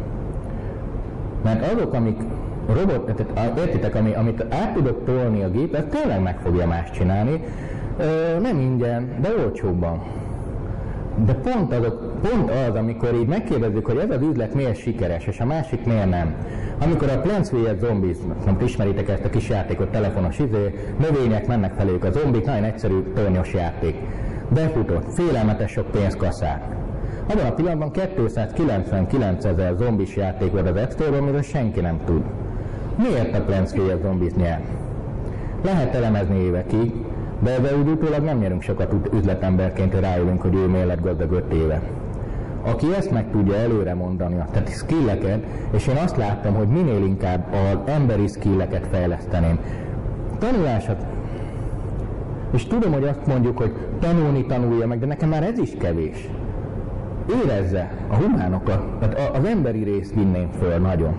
Mert azok, amik értitek, amit át tudok tolni a gép, ez tényleg meg fogja más csinálni, nem ingyen, de olcsóbban. De pont az, amikor így megkérdezzük, hogy ez az üzlet miért sikeres, és a másik miért nem. Amikor a Plants vs. Zombies, nem ismeritek ezt a kis játékot, telefonos növények mennek feléjük a zombik, nagyon egyszerű tornyos játék. Befutott, félelmetes sok pénzt kasszál. Abban a pillanatban 299 000 zombis játék volt az App Store-ban, amiről senki nem tud. Miért a Plants vs. Zombies nyer? Lehet elemezni évekig, de úgy utólag nem nyerünk sokat üzletemberként, hogy rájövünk, hogy ő miért lett gazdag 5 éve. Aki ezt meg tudja előre mondani, tehát skilleket, és én azt láttam, hogy minél inkább az emberi skilleket fejleszteném. Tanulását, és tudom, hogy azt mondjuk, hogy tanulja meg, de nekem már ez is kevés. Érezze a humánokat, tehát az emberi részt vinném föl nagyon.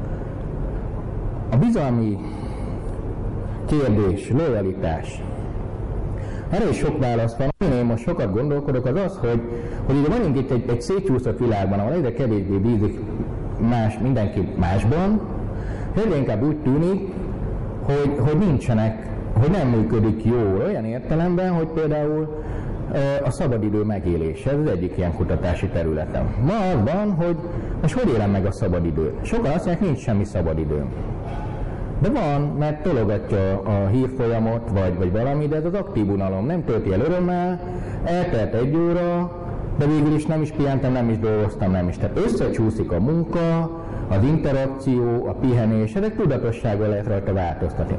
A bizalmi kérdés, lojalitás. Erre is sok válasz van. Én most sokat gondolkodok, az az, hogy ugye vagyunk itt egy szétcsúszott világban, ahol egyre kevésbé bízik mindenki másban, egyre inkább úgy tűnik, hogy nincsenek, hogy nem működik jól olyan értelemben, hogy például a szabadidő megélése, ez az egyik ilyen kutatási területem. Ma az van, hogy most hogy élem meg a szabadidőt? Sokan azt mondják, nincs semmi szabadidőm. De van, mert tologatja a hírfolyamot, vagy valami, de ez az aktív unalom nem tölti el örömmel, eltelt 1 óra, de végül is nem is pihentem, nem is dolgoztam, nem is. Tehát összecsúszik a munka, az interakció, a pihenés, ezek tudatossággal lehet rajta változtatni.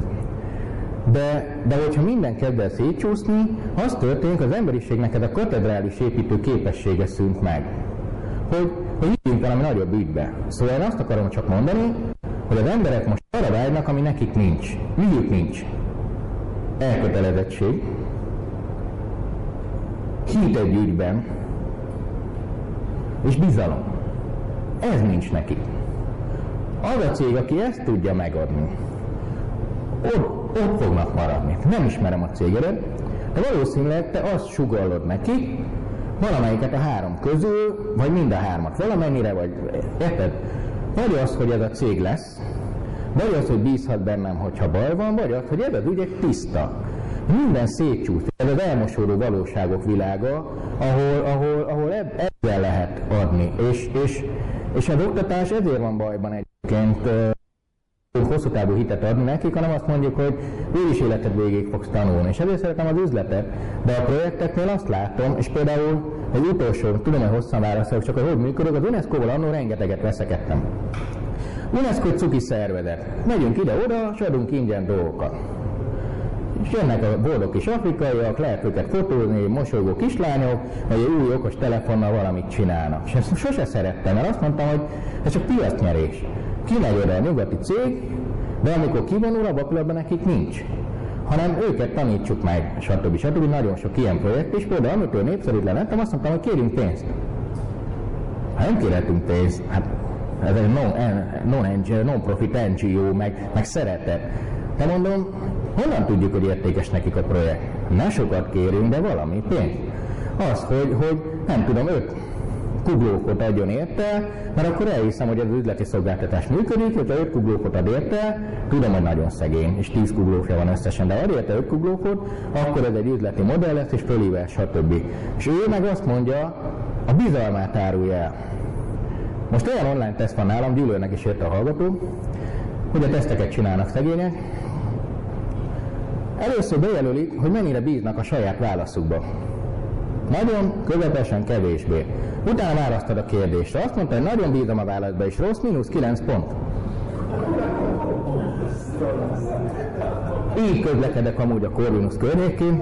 De hogyha minden kezd el szétcsúszni, az történik, az emberiségnek ez a katedrális építő képessége szűnt meg. Hogy hívjunk valami nagyobb ügybe. Szóval én azt akarom csak mondani, hogy az emberek most arra vágynak, ami nekik nincs. Miük nincs? Elkötelezettség, hit egy ügyben, és bizalom. Ez nincs nekik. Az a cég, aki ezt tudja megadni, ott fognak maradni. Nem ismerem a cégedet, de valószínűleg te azt sugallod nekik, valamelyiket a 3 közül, vagy mind a 3-at valamennyire, vagy érted? Vagy az, hogy ez a cég lesz, vagy az, hogy bízhat bennem, hogyha baj van, vagy az, hogy ez az ügyek tiszta. Minden szétcsúszik. Ez az elmosódó valóságok világa, ahol ezzel lehet adni. És az oktatás ezért van bajban egyébként, hosszú távú hitet adni nekik, hanem azt mondjuk, hogy úgyis életed végig fogsz tanulni. És ezért szeretem az üzletet, de a projekteknél azt látom, és például egy utolsó, tudom, hogy hosszan válaszolok, csak hogy működök, az UNESCO-val annól rengeteget veszekedtem. UNESCO cuki szervezet. Megyünk ide-oda, és adunk ingyen dolgokat. És jönnek a boldog kis afrikaiak, lehet őket fotózni, mosolygó kislányok, vagy egy új okos telefonnal valamit csinálnak. És ezt sose szerettem, mert azt mondtam, hogy ez csak piacnyerés. Kimegy oda a nyugati cég, de amikor kivonul, abban a pillanatban nekik nincs. Hanem őket tanítsuk meg, stb. Nagyon sok ilyen projekt is, például amitől népszerűtlen lettem, azt mondtam, hogy kérjünk pénzt. Hát nem kérhetünk pénzt, hát ez egy non-profit NGO, meg szeretet. De mondom, honnan tudjuk, hogy értékes nekik a projekt? Ne sokat kérünk, de valami pénzt. Az, hogy nem tudom, 5 kuglókot adjon érte, mert akkor elhiszem, hogy ez az üzleti szolgáltatás működik, hogyha 5 kuglókot ad érte, tudom, hogy nagyon szegény, és 10 kuglókja van összesen, de ad érte 5 kuglókot, akkor ez egy üzleti modell lesz, és fölível, stb. És ő meg azt mondja, a bizalmát árulja el. Most olyan online teszt van nálam, Gyűlőnek is ért a hallgató, hogy a teszteket csinálnak szegények. Először bejelölik, hogy mennyire bíznak a saját válaszukba. Nagyon, közepesen, kevésbé. Utána választad a kérdésre. Azt mondta, hogy nagyon bízom a válaszba, és rossz, -9 pont. Így közlekedek amúgy a Corvinus környékén.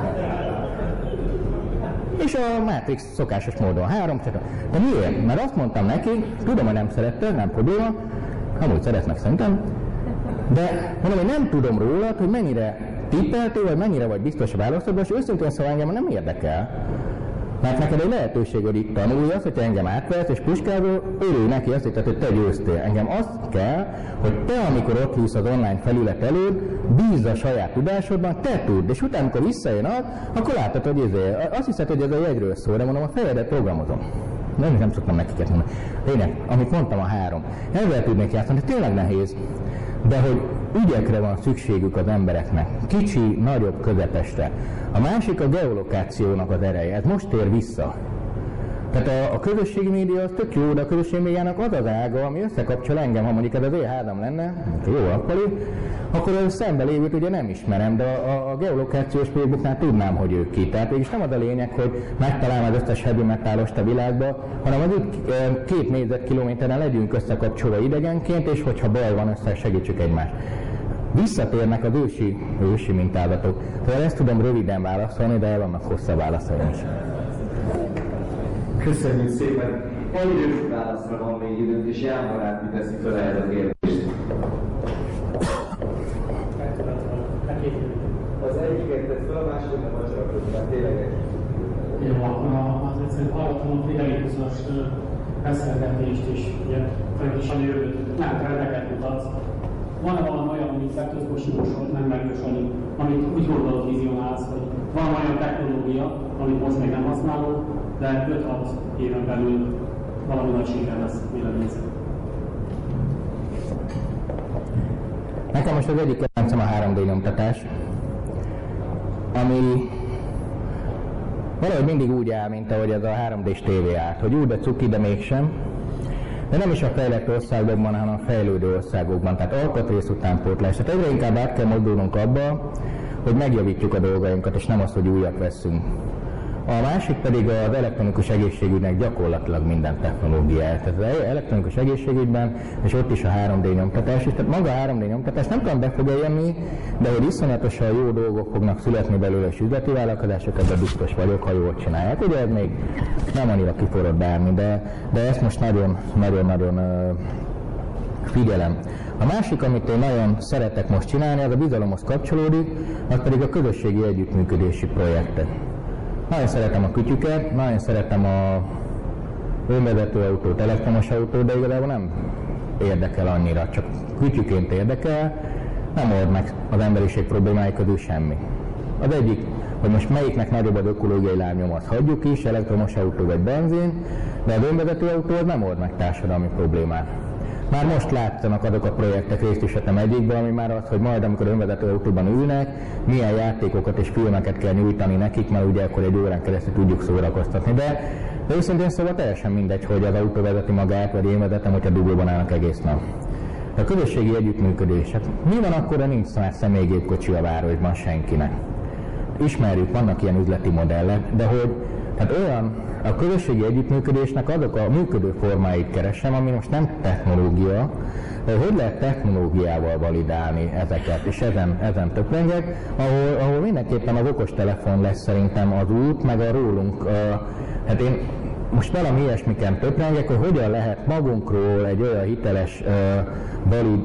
És a Matrix szokásos módon 3, de miért? Mert azt mondtam neki, tudom, hogy nem szerette, nem probléma, amúgy szeretnek szerintem, de mondom, hogy nem tudom rólad, hogy mennyire tippeltél, vagy mennyire vagy biztos a választodban, és őszintén szóval engem nem érdekel. Mert neked egy lehetőség, hogy itt tanulj azt, hogy engem átvesz, és puskázol, örülj neki azt, hogy te győztél. Engem azt kell, hogy te, amikor ott ülsz az online felület előtt, bízz a saját tudásodban, te tudd, és utána, amikor visszajön az, akkor látod, hogy azt hiszed, hogy ez a jegyről szól, de mondom, a fejedet programozom. Nem szoktam nekiket mondani. Lényeg, amit mondtam, a 3. Ezzel tudnék játszani, de tényleg nehéz. De hogy ügyekre van szükségük az embereknek, kicsi, nagyobb, közepesre. A másik a geolokációnak az ereje, ez most ér vissza. Tehát a közösségi média az tök jó, de a közösségi médiának az az ága, ami összekapcsol engem, ha mondjuk ez az én házam lenne, jó akkori, akkor a szembelévőt ugye nem ismerem, de a geolokációs Facebooknál tudnám, hogy ők ki. Tehát mégis nem az a lényeg, hogy megtalálom az összes heavy metalost a világba, hanem az itt 2 négyzetkilométeren legyünk összekapcsolva idegenként, és hogyha baj van, segítsük egymást. visszatérnek az ősi mintázatok. Tehát ezt tudom röviden válaszolni, de vannak hosszabb válaszaim is. Köszönjük szépen! Egy rövid válaszra van még időnk, és Ján barát teszi fel ehhez a kérdést. Az egyiket tett fel, a második nem acsarakod, mert tényleg egy. Jó, az egyszerűen hallottam a Friderikuszonos beszélgetést is, ugye, Frankisan jövőt, nem trendeket mutatsz. Van-e valami olyan, amit szertőzgósításod, nem megjósolni, amit úgy gondolod, vizionálsz, hogy van olyan technológia, amit most még nem használod, de 5-6 éven belül valami nagy siker lesz, véleményed szerint. Nekem most az egyik kedvencem a 3D nyomtatás, ami valahogy mindig úgy áll, mint ahogy ez a 3D-s tévé állt, hogy úgy de cuki, de mégsem. De nem is a fejlett országokban, hanem a fejlődő országokban, tehát alkatrész utánpótlás. Tehát egyre inkább át kell mozdulnunk abba, hogy megjavítjuk a dolgainkat, és nem azt, hogy újat veszünk. A másik pedig az elektronikus egészségügynek gyakorlatilag minden technológiája. Tehát az elektronikus egészségügyben, és ott is a 3D nyomtatás is. Tehát maga a 3D nyomtatás nem tudom, be fogja jönni, de hogy iszonyatosan jó dolgok fognak születni belőle, és üzleti vállalkozások, ebben biztos vagyok, ha jól csinálják. Ugye ez még nem annyira kiforrott bármi, de ezt most nagyon-nagyon figyelem. A másik, amit én nagyon szeretek most csinálni, az a bizalomhoz kapcsolódik, az pedig a közösségi együttműködési projektek. Nagyon szeretem a kütyüket, nagyon szeretem a önvezető autót, elektromos autót, de igazából nem érdekel annyira, csak kütyüként érdekel, nem old meg az emberiség problémái közül semmi. Az egyik, hogy most melyiknek nagyobb az ökológiai lábnyom, azt hagyjuk is, elektromos autó vagy benzin, de az önvezető autó az nem old meg társadalmi problémát. Már most látszanak azok a projektek, részt is vettem egyikben, ami már az, hogy majd amikor önvezető autóban ülnek, milyen játékokat és filmeket kell nyújtani nekik, mert ugye akkor egy órán keresztül tudjuk szórakoztatni. De őszintén szóval teljesen mindegy, hogy az autó vezeti magát, vagy én vezetem, hogyha dugóban állnak egész nap. A közösségi együttműködés. Hát mi van akkor, ha nincs már személygépkocsi a városban senkinek? Ismerjük, vannak ilyen üzleti modellek, de hogy tehát olyan a közösségi együttműködésnek azok a működő formáit keresem, ami most nem technológia, de hogy lehet technológiával validálni ezeket, és ezen töprengek, ahol mindenképpen az okostelefon lesz szerintem az út, meg a rólunk, hát én most valami ilyesmiken töprengek, hogy hogyan lehet magunkról egy olyan hiteles, valid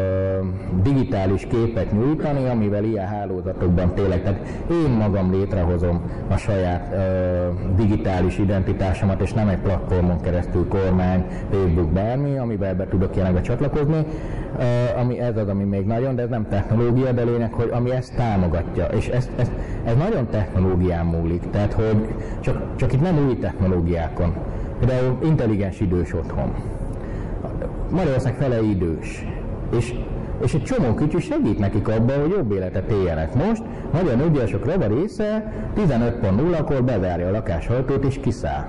digitális képet nyújtani, amivel ilyen hálózatokban tényleg, tehát én magam létrehozom a saját digitális identitásomat, és nem egy platformon keresztül kormány, Facebook, bármi, amivel be tudok jelenleg csatlakozni, ami ez az, ami még nagyon, de ez nem technológia, de lényeg, hogy ami ezt támogatja, és ez nagyon technológián múlik, tehát hogy csak itt nem új technológiákon, például intelligens idős otthon. Magyarország fele idős, és egy csomó kütyű segít nekik abban, hogy jobb életet éljenek. Most magyar nyugdíjasok rava része 15.0-kor bezárja a lakásajtót és kiszáll.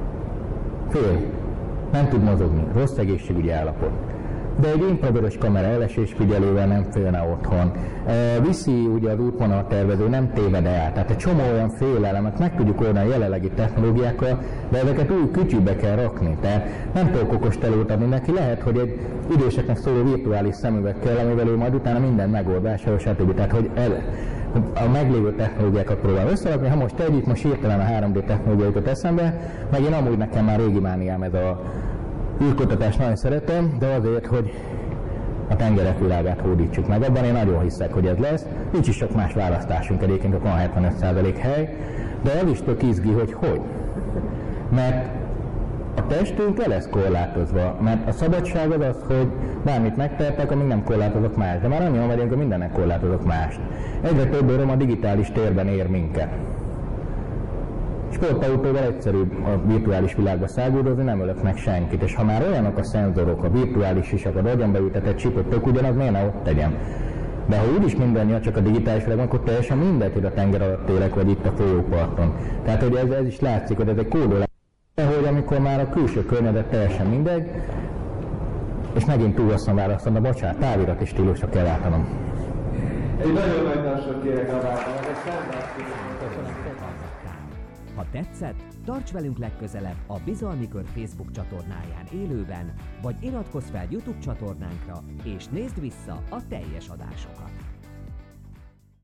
Fél. Nem tud mozogni. Rossz egészségügyi állapot. De egy infravörös kamera elesésfigyelővel nem félne otthon. Viszi ugye az útvonaltervező, nem téved el. Tehát egy csomó olyan félelemet meg tudjuk oldani jelenlegi technológiákkal, de ezeket új kütyűbe kell rakni. Tehát nem tudok okos telót adni neki. Lehet, hogy egy időseknek szóló virtuális szemüveg kell, amivel ő majd utána minden megoldásra, stb. Tehát, hogy a meglévő technológiákat próbálom összerakni. Ha most együtt, most hirtelen a 3D technológiákat eszembe, meg én amúgy nekem már régi mániám ez a űrkutatást nagyon szeretem, de azért, hogy a tengerek világát hódítsuk meg. Abban én nagyon hiszek, hogy ez lesz. Nincs is sok más választásunk, egyébként van 75% hely, de az is tök izgi, hogy. Mert a testünk le lesz korlátozva, mert a szabadság az az, hogy bármit megtehetek, amíg nem korlátozok más. De már annyian vagyunk, hogy mindennek korlátozok mást. Egyre több öröm a digitális térben ér minket. Sportautóval egyszerűbb a virtuális világba száguldozni, nem ölök meg senkit, és ha már olyanok a szenzorok, a virtuális sisak, a agyamba ültetett csipot, tök ugyanaz, miért ne ott tegyem? De ha úgyis mindannyian csak a digitális világban, akkor teljesen mindegy, hogy a tenger alatt élek, vagy itt a folyóparton. Tehát, hogy ez is látszik, hogy ez egy kódolás, hogy amikor már a külső környezet teljesen mindegy, és megint túl hosszan választom, de bocsánat, távirati stílusra kell váltanom. Egy nagyon nagy tapsot kérek a váltanak, egy Ha tetszett, tarts velünk legközelebb a Bizalmi Kör Facebook csatornáján élőben, vagy iratkozz fel YouTube csatornánkra, és nézd vissza a teljes adásokat.